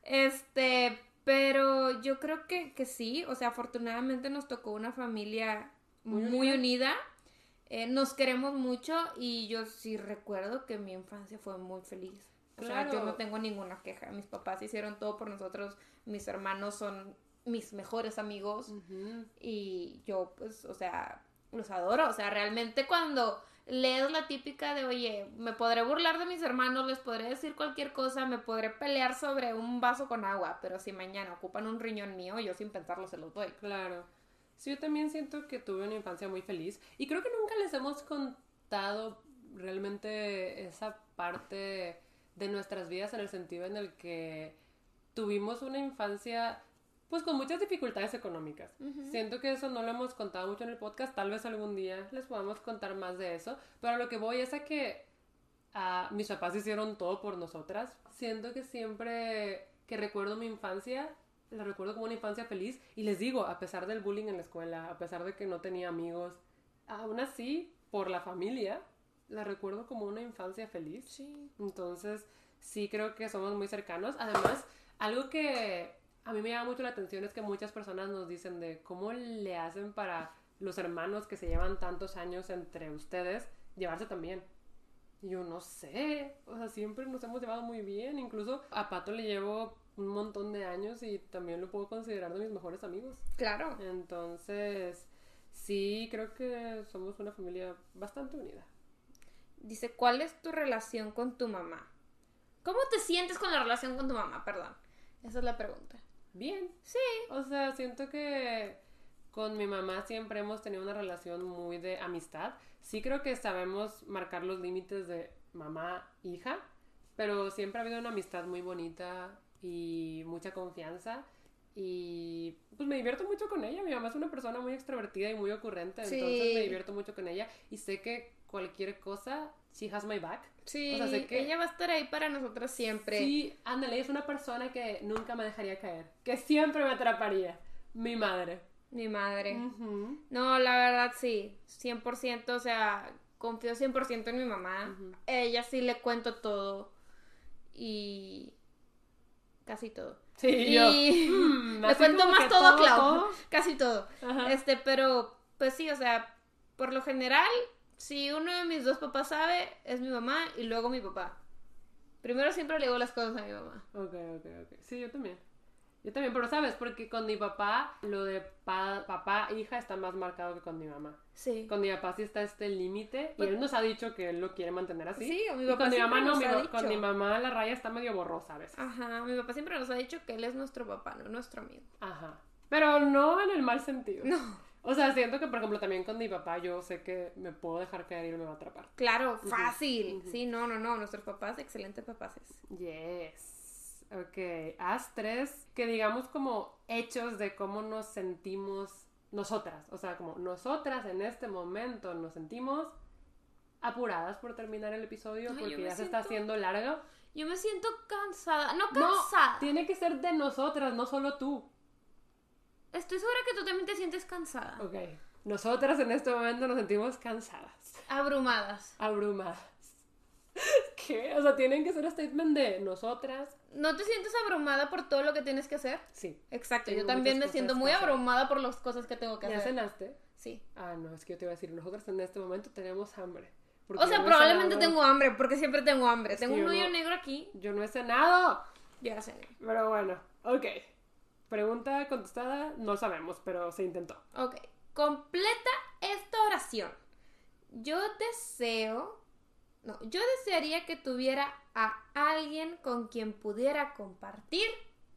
Este, pero yo creo que, que sí. O sea, afortunadamente nos tocó una familia muy, muy unida. unida. Eh, nos queremos mucho y yo sí recuerdo que mi infancia fue muy feliz. O Claro. sea, yo no tengo ninguna queja. Mis papás hicieron todo por nosotros. Mis hermanos son mis mejores amigos. Uh-huh. Y yo, pues, o sea, los adoro. O sea, realmente cuando lees la típica de, oye, me podré burlar de mis hermanos, les podré decir cualquier cosa, me podré pelear sobre un vaso con agua, pero si mañana ocupan un riñón mío, yo sin pensarlo se los doy. Claro. Sí, yo también siento que tuve una infancia muy feliz y creo que nunca les hemos contado realmente esa parte de nuestras vidas en el sentido en el que tuvimos una infancia pues con muchas dificultades económicas. Uh-huh. Siento que eso no lo hemos contado mucho en el podcast, tal vez algún día les podamos contar más de eso, pero a lo que voy es a que uh, mis papás hicieron todo por nosotras. Siento que siempre que recuerdo mi infancia la recuerdo como una infancia feliz y les digo, a pesar del bullying en la escuela, a pesar de que no tenía amigos, aún así, por la familia, la recuerdo como una infancia feliz. Sí. Entonces, sí creo que somos muy cercanos. Además, algo que a mí me llama mucho la atención es que muchas personas nos dicen de cómo le hacen para los hermanos que se llevan tantos años entre ustedes llevarse tan bien. Y yo no sé, o sea, siempre nos hemos llevado muy bien. Incluso a Pato le llevo un montón de años y también lo puedo considerar de mis mejores amigos. Claro. Entonces, sí, creo que somos una familia bastante unida. Dice, ¿cuál es tu relación con tu mamá? ¿Cómo te sientes con la relación con tu mamá? Perdón. Esa es la pregunta. Bien. Sí. O sea, siento que con mi mamá siempre hemos tenido una relación muy de amistad. Sí creo que sabemos marcar los límites de mamá-hija, pero siempre ha habido una amistad muy bonita y mucha confianza y pues me divierto mucho con ella. Mi mamá es una persona muy extrovertida y muy ocurrente, sí. Entonces me divierto mucho con ella y sé que cualquier cosa, she has my back. Sí, o sea, sé que ella va a estar ahí para nosotros siempre. Sí, ándale, es una persona que nunca me dejaría caer, que siempre me atraparía. Mi madre. Mi madre. Uh-huh. No, la verdad sí, cien por ciento, o sea, confío cien por ciento en mi mamá. Uh-huh. Ella sí le cuento todo y casi todo. Sí, y yo. Mm, le cuento más todo, todo, Clau. todo. Casi todo. Uh-huh. Este, pero pues sí, o sea, por lo general, si uno de mis dos papás sabe, es mi mamá y luego mi papá. Primero siempre le digo las cosas a mi mamá. Ok, ok, ok. Sí, yo también. Yo también, pero ¿sabes? Porque con mi papá, lo de pa- papá, hija está más marcado que con mi mamá. Sí. Con mi papá sí está este límite. Pues, y él nos ha dicho que él lo quiere mantener así. Sí, o mi y papá con mi mamá no, nos mi, ha dicho. con mi mamá la raya está medio borrosa a veces. Ajá, mi papá siempre nos ha dicho que él es nuestro papá, no nuestro amigo. Ajá. Pero no en el mal sentido. No. O sea, siento que, por ejemplo, también con mi papá yo sé que me puedo dejar caer y él me va a atrapar. Claro, fácil. Uh-huh. Sí, no, no, no. Nuestros papás, excelentes papás. Yes. Ok. Haz tres que digamos como hechos de cómo nos sentimos nosotras, o sea, como nosotras en este momento nos sentimos apuradas por terminar el episodio Ay, porque yo me ya se siento- está haciendo largo. Yo me siento cansada. No No, cansada. tiene que ser de nosotras, no solo tú. Estoy segura que tú también te sientes cansada. Ok, nosotras en este momento nos sentimos cansadas, Abrumadas. abrumadas. ¿Qué? O sea, tienen que ser un statement de nosotras. ¿No te sientes abrumada por todo lo que tienes que hacer? Sí. Exacto, Tengo yo también me muchas siento cosas muy que hacer. abrumada por las cosas que tengo que ¿Ya hacer. cenaste? Sí. Ah, no, es que yo te iba a decir, nosotros en este momento tenemos hambre. porque O yo sea, no he probablemente cenado. tengo hambre, porque siempre tengo hambre. Es Tengo que un yo hoyo no- negro aquí. Yo no he cenado. Ya cené. Pero bueno, ok. Pregunta contestada, no sabemos, pero se intentó. Ok. Completa esta oración. Yo deseo... No, yo desearía que tuviera a alguien con quien pudiera compartir.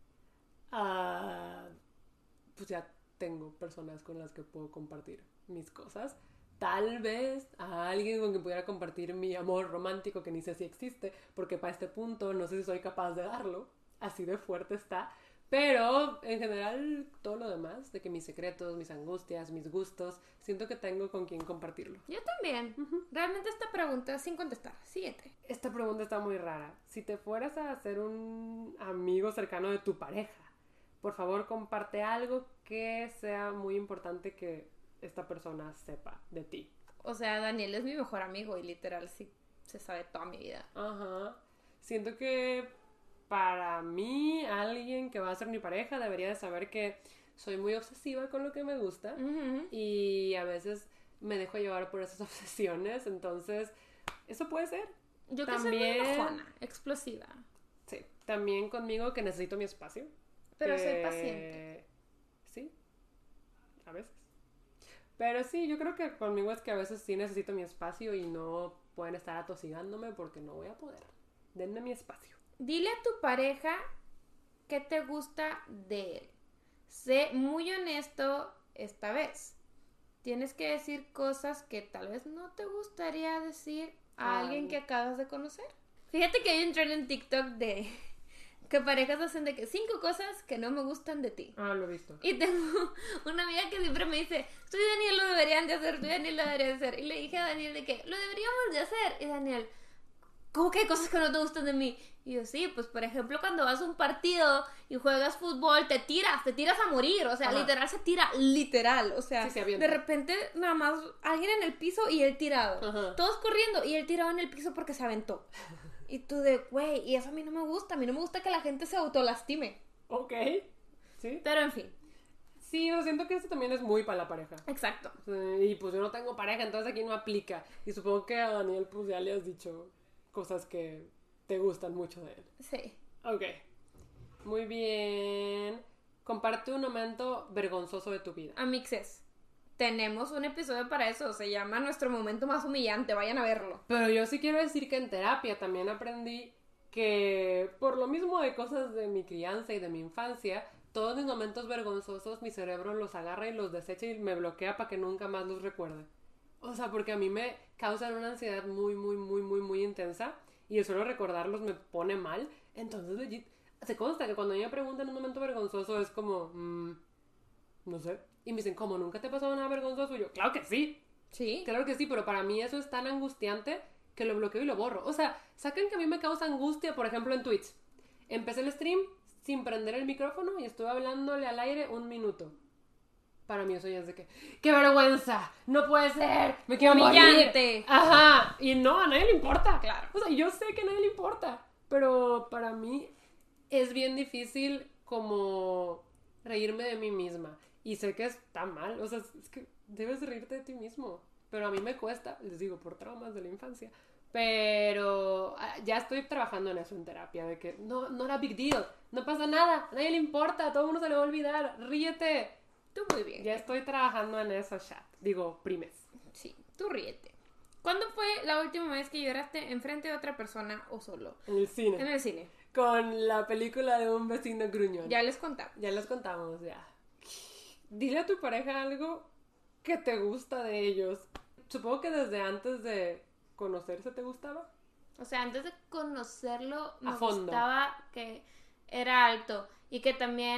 Ah, pues ya tengo personas con las que puedo compartir mis cosas. Tal vez a alguien con quien pudiera compartir mi amor romántico, que ni sé si existe, porque para este punto no sé si soy capaz de darlo. Así de fuerte está. Pero en general todo lo demás, de que mis secretos, mis angustias, mis gustos, siento que tengo con quien compartirlo. Yo también. Realmente esta pregunta es sin contestar. Siguiente. Esta pregunta está muy rara. Si te fueras a hacer un amigo cercano de tu pareja, por favor comparte algo que sea muy importante que esta persona sepa de ti. O sea, Daniel es mi mejor amigo y literal sí se sabe toda mi vida. Ajá. Siento que para mí, alguien que va a ser mi pareja debería de saber que soy muy obsesiva con lo que me gusta Ujú. y a veces me dejo llevar por esas obsesiones, entonces eso puede ser. Yo que soy muy También- enojona, explosiva. Sí, también conmigo que necesito mi espacio. Pero soy que- paciente. Sí, a veces. Pero sí, yo creo que conmigo es que a veces sí necesito mi espacio y no pueden estar atosigándome porque no voy a poder. Denme mi espacio. Dile a tu pareja qué te gusta de él. Sé muy honesto esta vez. Tienes que decir cosas que tal vez no te gustaría decir a Ay. alguien que acabas de conocer. Fíjate que hay un trend en TikTok de que parejas hacen de que cinco cosas que no me gustan de ti. Ah, lo he visto. Y tengo una amiga que siempre me dice, tú y Daniel lo deberían de hacer, tú y Daniel lo deberían de hacer. Y le dije a Daniel de que lo deberíamos de hacer. Y Daniel, ¿cómo que hay cosas que no te gustan de mí? Y yo, sí, pues por ejemplo cuando vas a un partido y juegas fútbol, te tiras, te tiras a morir. O sea, Ajá. literal se tira, literal. O sea, Sí, se avienta. de repente nada más alguien en el piso y él tirado. Ajá. Todos corriendo y él tirado en el piso porque se aventó. Y tú de, güey, y eso a mí no me gusta. A mí no me gusta que la gente se autolastime. Ok. Sí. Pero en fin, Sí, yo siento que eso también es muy para la pareja. exacto. Sí, y pues yo no tengo pareja, entonces aquí no aplica. Y supongo que a Daniel pues ya le has dicho cosas que te gustan mucho de él. Sí. Ok. Muy bien. Comparte un momento vergonzoso de tu vida. Amixes, tenemos un episodio para eso. Se llama Nuestro Momento Más Humillante. Vayan a verlo. Pero yo sí quiero decir que en terapia también aprendí que por lo mismo de cosas de mi crianza y de mi infancia, todos mis momentos vergonzosos mi cerebro los agarra y los desecha y me bloquea para que nunca más los recuerde. O sea, porque a mí me causan una ansiedad muy, muy, muy, muy, muy intensa y el solo recordarlos me pone mal. Entonces, legit, se consta que cuando a mí me preguntan un momento vergonzoso es como, mm, no sé. Y me dicen, ¿cómo? ¿Nunca te ha pasado nada vergonzoso? Y yo, claro que sí. Sí. Claro que sí, pero para mí eso es tan angustiante que lo bloqueo y lo borro. O sea, sacan que a mí me causa angustia, por ejemplo, en Twitch. Empecé el stream sin prender el micrófono y estuve hablándole al aire un minuto. Para mí eso ya es de que, ¡qué vergüenza! ¡No puede ser! ¡Me quiero morir! Humillante. Ajá. Y no, a nadie le importa. Claro. O sea, yo sé que a nadie le importa. Pero para mí es bien difícil como reírme de mí misma. Y sé que está mal. O sea, es que debes reírte de ti mismo. Pero a mí me cuesta, les digo, por traumas de la infancia. Pero ah, ya estoy trabajando en eso en terapia. De que no, no era big deal. No pasa nada. A nadie le importa. A todo el mundo se le va a olvidar. Ríete. Tú muy bien. Ya estoy trabajando en eso, chat. Digo, primes. Sí, tú ríete. ¿Cuándo fue la última vez que lloraste enfrente de otra persona o solo? En el cine. En el cine. Con la película de un vecino gruñón. Ya les contaba. Ya les contamos, ya. Dile a tu pareja algo que te gusta de ellos. Supongo que desde antes de conocerse te gustaba. O sea, antes de conocerlo, me A fondo. gustaba que era alto y que también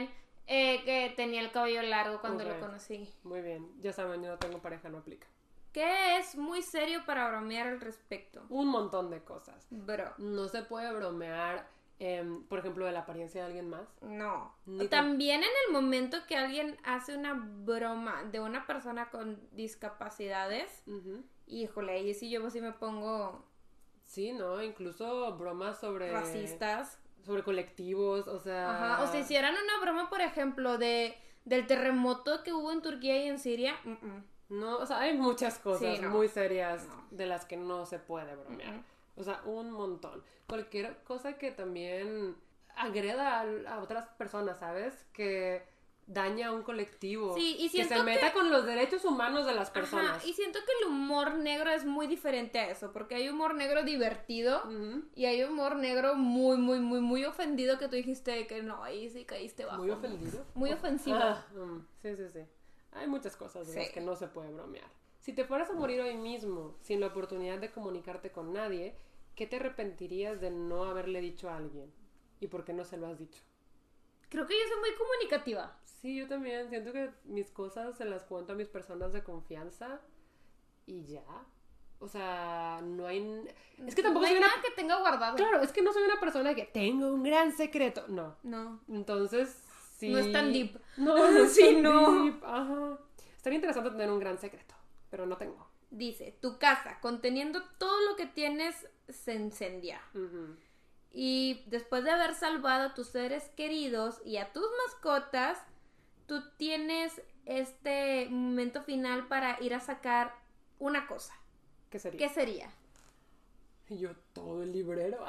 Eh, que tenía el cabello largo cuando Ok. lo conocí. Muy bien. Ya saben, yo no tengo pareja, no aplica. ¿Qué es muy serio para bromear al respecto? Un montón de cosas. Bro, No se puede bromear, em, por ejemplo, de la apariencia de alguien más. no. Ni También en el momento que alguien hace una broma de una persona con discapacidades, Ujú. híjole, ahí sí yo sí me pongo Sí, ¿no? Incluso bromas sobre... racistas. Sobre colectivos, o sea... Ajá, o si hicieran una broma, por ejemplo, de del terremoto que hubo en Turquía y en Siria. Mm-mm. No, o sea, hay muchas cosas Sí, no. muy serias No. de las que no se puede bromear. Mm-mm. O sea, un montón. Cualquier cosa que también agreda a, a otras personas, ¿sabes? Que daña a un colectivo. Sí, y que siento se meta que- con los derechos humanos de las personas. Ajá, y siento que el humor negro es muy diferente a eso, porque hay humor negro divertido Ujú. y hay humor negro muy, muy, muy, muy ofendido que tú dijiste que no, ahí sí caíste bajo. Muy ofendido. Muy ofensivo. Ah, mm, sí, sí, sí. Hay muchas cosas de Sí. las que no se puede bromear. Si te fueras a morir hoy mismo, sin la oportunidad de comunicarte con nadie, ¿qué te arrepentirías de no haberle dicho a alguien? ¿Y por qué no se lo has dicho? Creo que yo soy muy comunicativa. Sí, yo también. Siento que mis cosas se las cuento a mis personas de confianza y ya. O sea, no hay... Es que tampoco no hay soy una... nada que tenga guardado. Claro, es que no soy una persona que tengo un gran secreto. No. No. Entonces, sí... No es tan deep. No, no es Sí, tan no. deep. Ajá. Estaría interesante tener un gran secreto, pero no tengo. Dice, tu casa, conteniendo todo lo que tienes, se incendia. Ujú. Y después de haber salvado a tus seres queridos y a tus mascotas, tú tienes este momento final para ir a sacar una cosa. ¿Qué sería? ¿Qué sería? Y yo, todo el librero.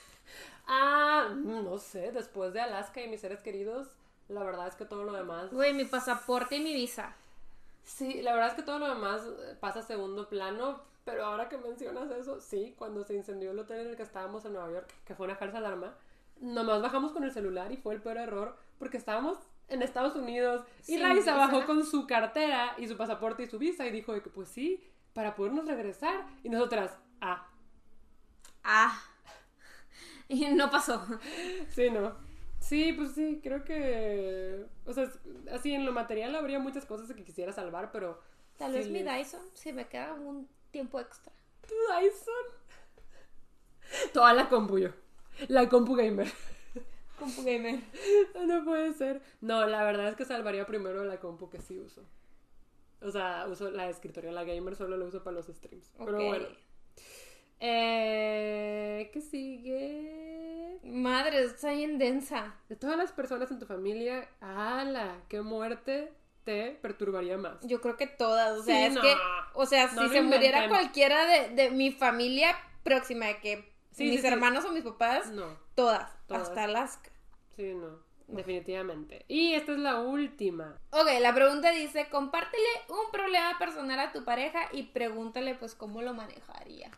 Ah, no sé, después de Alaska y mis seres queridos, la verdad es que todo lo demás... Güey, mi pasaporte y mi visa. Sí, la verdad es que todo lo demás eh, pasa a segundo plano, pero ahora que mencionas eso, sí, cuando se incendió el hotel en el que estábamos en Nueva York, que fue una falsa alarma, nomás bajamos con el celular y fue el peor error, porque estábamos en Estados Unidos y Sí, Raiza esa- bajó con su cartera y su pasaporte y su visa y dijo de que pues sí, para podernos regresar. Y nosotras, ah, Ah. Y no pasó. sí, no. Sí, pues sí, creo que... O sea, así en lo material habría muchas cosas que quisiera salvar, pero... Tal sí vez mi les- Dyson, si me queda un tiempo extra. ¿Tu Dyson? Toda la compu yo. La compu gamer. Compu gamer. No puede ser. No, la verdad es que salvaría primero la compu que sí uso. O sea, uso la de escritorio, la gamer solo la uso para los streams. Pero Ok. bueno. Eh, ¿qué sigue? Madre, está bien densa. De todas las personas en tu familia, ¡ala! ¿Qué muerte te perturbaría más? Yo creo que todas, o sea, Sí, es no. que, o sea, No si lo se muriera inventen. cualquiera de, de mi familia próxima, de que Sí, mis sí, sí. hermanos o mis papás, No, todas, Todas. hasta Alaska. sí, no. Definitivamente. Y esta es la última. Ok, la pregunta dice, compártele un problema personal a tu pareja y pregúntale pues cómo lo manejaría.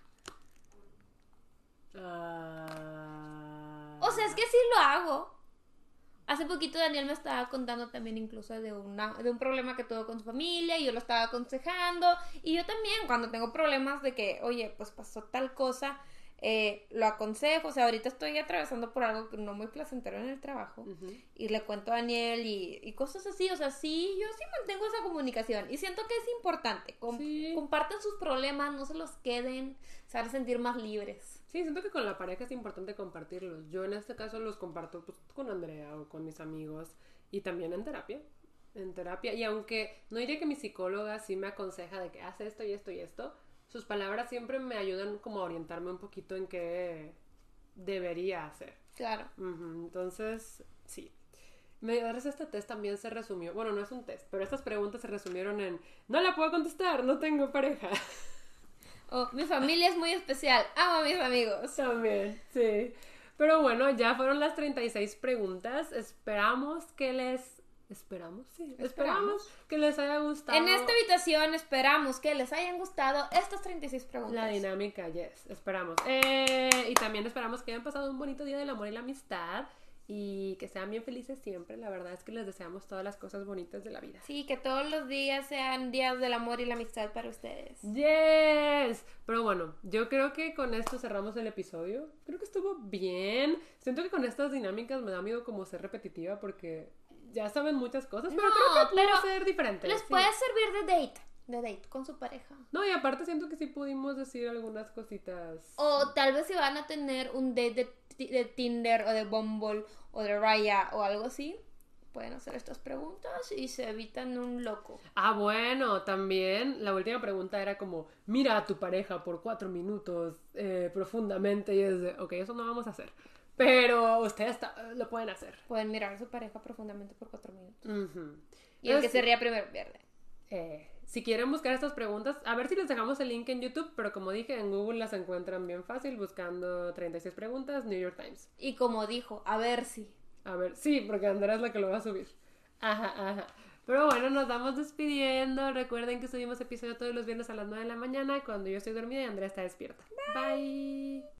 Ah... O sea, es que sí lo hago. Hace poquito Daniel me estaba contando también incluso de, una, de un problema que tuvo con su familia y yo lo estaba aconsejando. Y yo también cuando tengo problemas de que, oye, pues pasó tal cosa, eh, lo aconsejo. O sea, ahorita estoy atravesando por algo que no muy placentero en el trabajo. Ujú. Y le cuento a Daniel y, y cosas así. O sea, sí, yo sí mantengo esa comunicación. Y siento que es importante. Com- Sí. Compartan sus problemas, no se los queden, se van a sentir más libres. Sí, siento que con la pareja es importante compartirlos. Yo en este caso los comparto pues, con Andrea o con mis amigos y también en terapia. En terapia. Y aunque no diría que mi psicóloga sí me aconseja de que hace esto y esto y esto, sus palabras siempre me ayudan como a orientarme un poquito en qué debería hacer. Claro. Ujú, entonces, sí. Me parece este test también se resumió. Bueno, no es un test, pero estas preguntas se resumieron en no la puedo contestar, no tengo pareja. Oh, mi familia es muy especial. Amo a mis amigos. También, sí. Pero bueno, ya fueron las treinta y seis preguntas. Esperamos que les... ¿Esperamos? Sí. Esperamos, Esperamos. que les haya gustado En esta habitación esperamos que les hayan gustado estas treinta y seis preguntas. la dinámica. Yes, esperamos. Eh, y también esperamos que hayan pasado un bonito día del amor y la amistad. Y que sean bien felices siempre. La verdad es que les deseamos todas las cosas bonitas de la vida. Sí, que todos los días sean días del amor y la amistad para ustedes. Yes. Pero bueno, yo creo que con esto cerramos el episodio. Creo que estuvo bien. Siento que con estas dinámicas me da miedo como ser repetitiva porque ya saben muchas cosas, pero No, creo que puede pero ser diferente. Les sí. puede servir de date, de date con su pareja. No, y aparte siento que sí pudimos decir algunas cositas. O tal vez si van a tener un date de, ti- de Tinder o de Bumble o de Raya o algo así, pueden hacer estas preguntas y se evitan un loco. Ah, bueno, también la última pregunta era como, mira a tu pareja por cuatro minutos eh, profundamente y es de, ok, eso no vamos a hacer. Pero ustedes ta- lo pueden hacer. Pueden mirar a su pareja profundamente por cuatro minutos. Ujú. Y el que Entonces, se ría primero pierde. eh, si quieren buscar estas preguntas, a ver si les dejamos el link en YouTube, pero como dije, en Google las encuentran bien fácil buscando treinta y seis preguntas, New York Times. Y como dijo, a ver si. A ver, sí, porque Andrea es la que lo va a subir. Ajá, ajá. Pero bueno, nos vamos despidiendo. Recuerden que subimos episodio todos los viernes a las nueve de la mañana cuando yo estoy dormida y Andrea está despierta. Bye.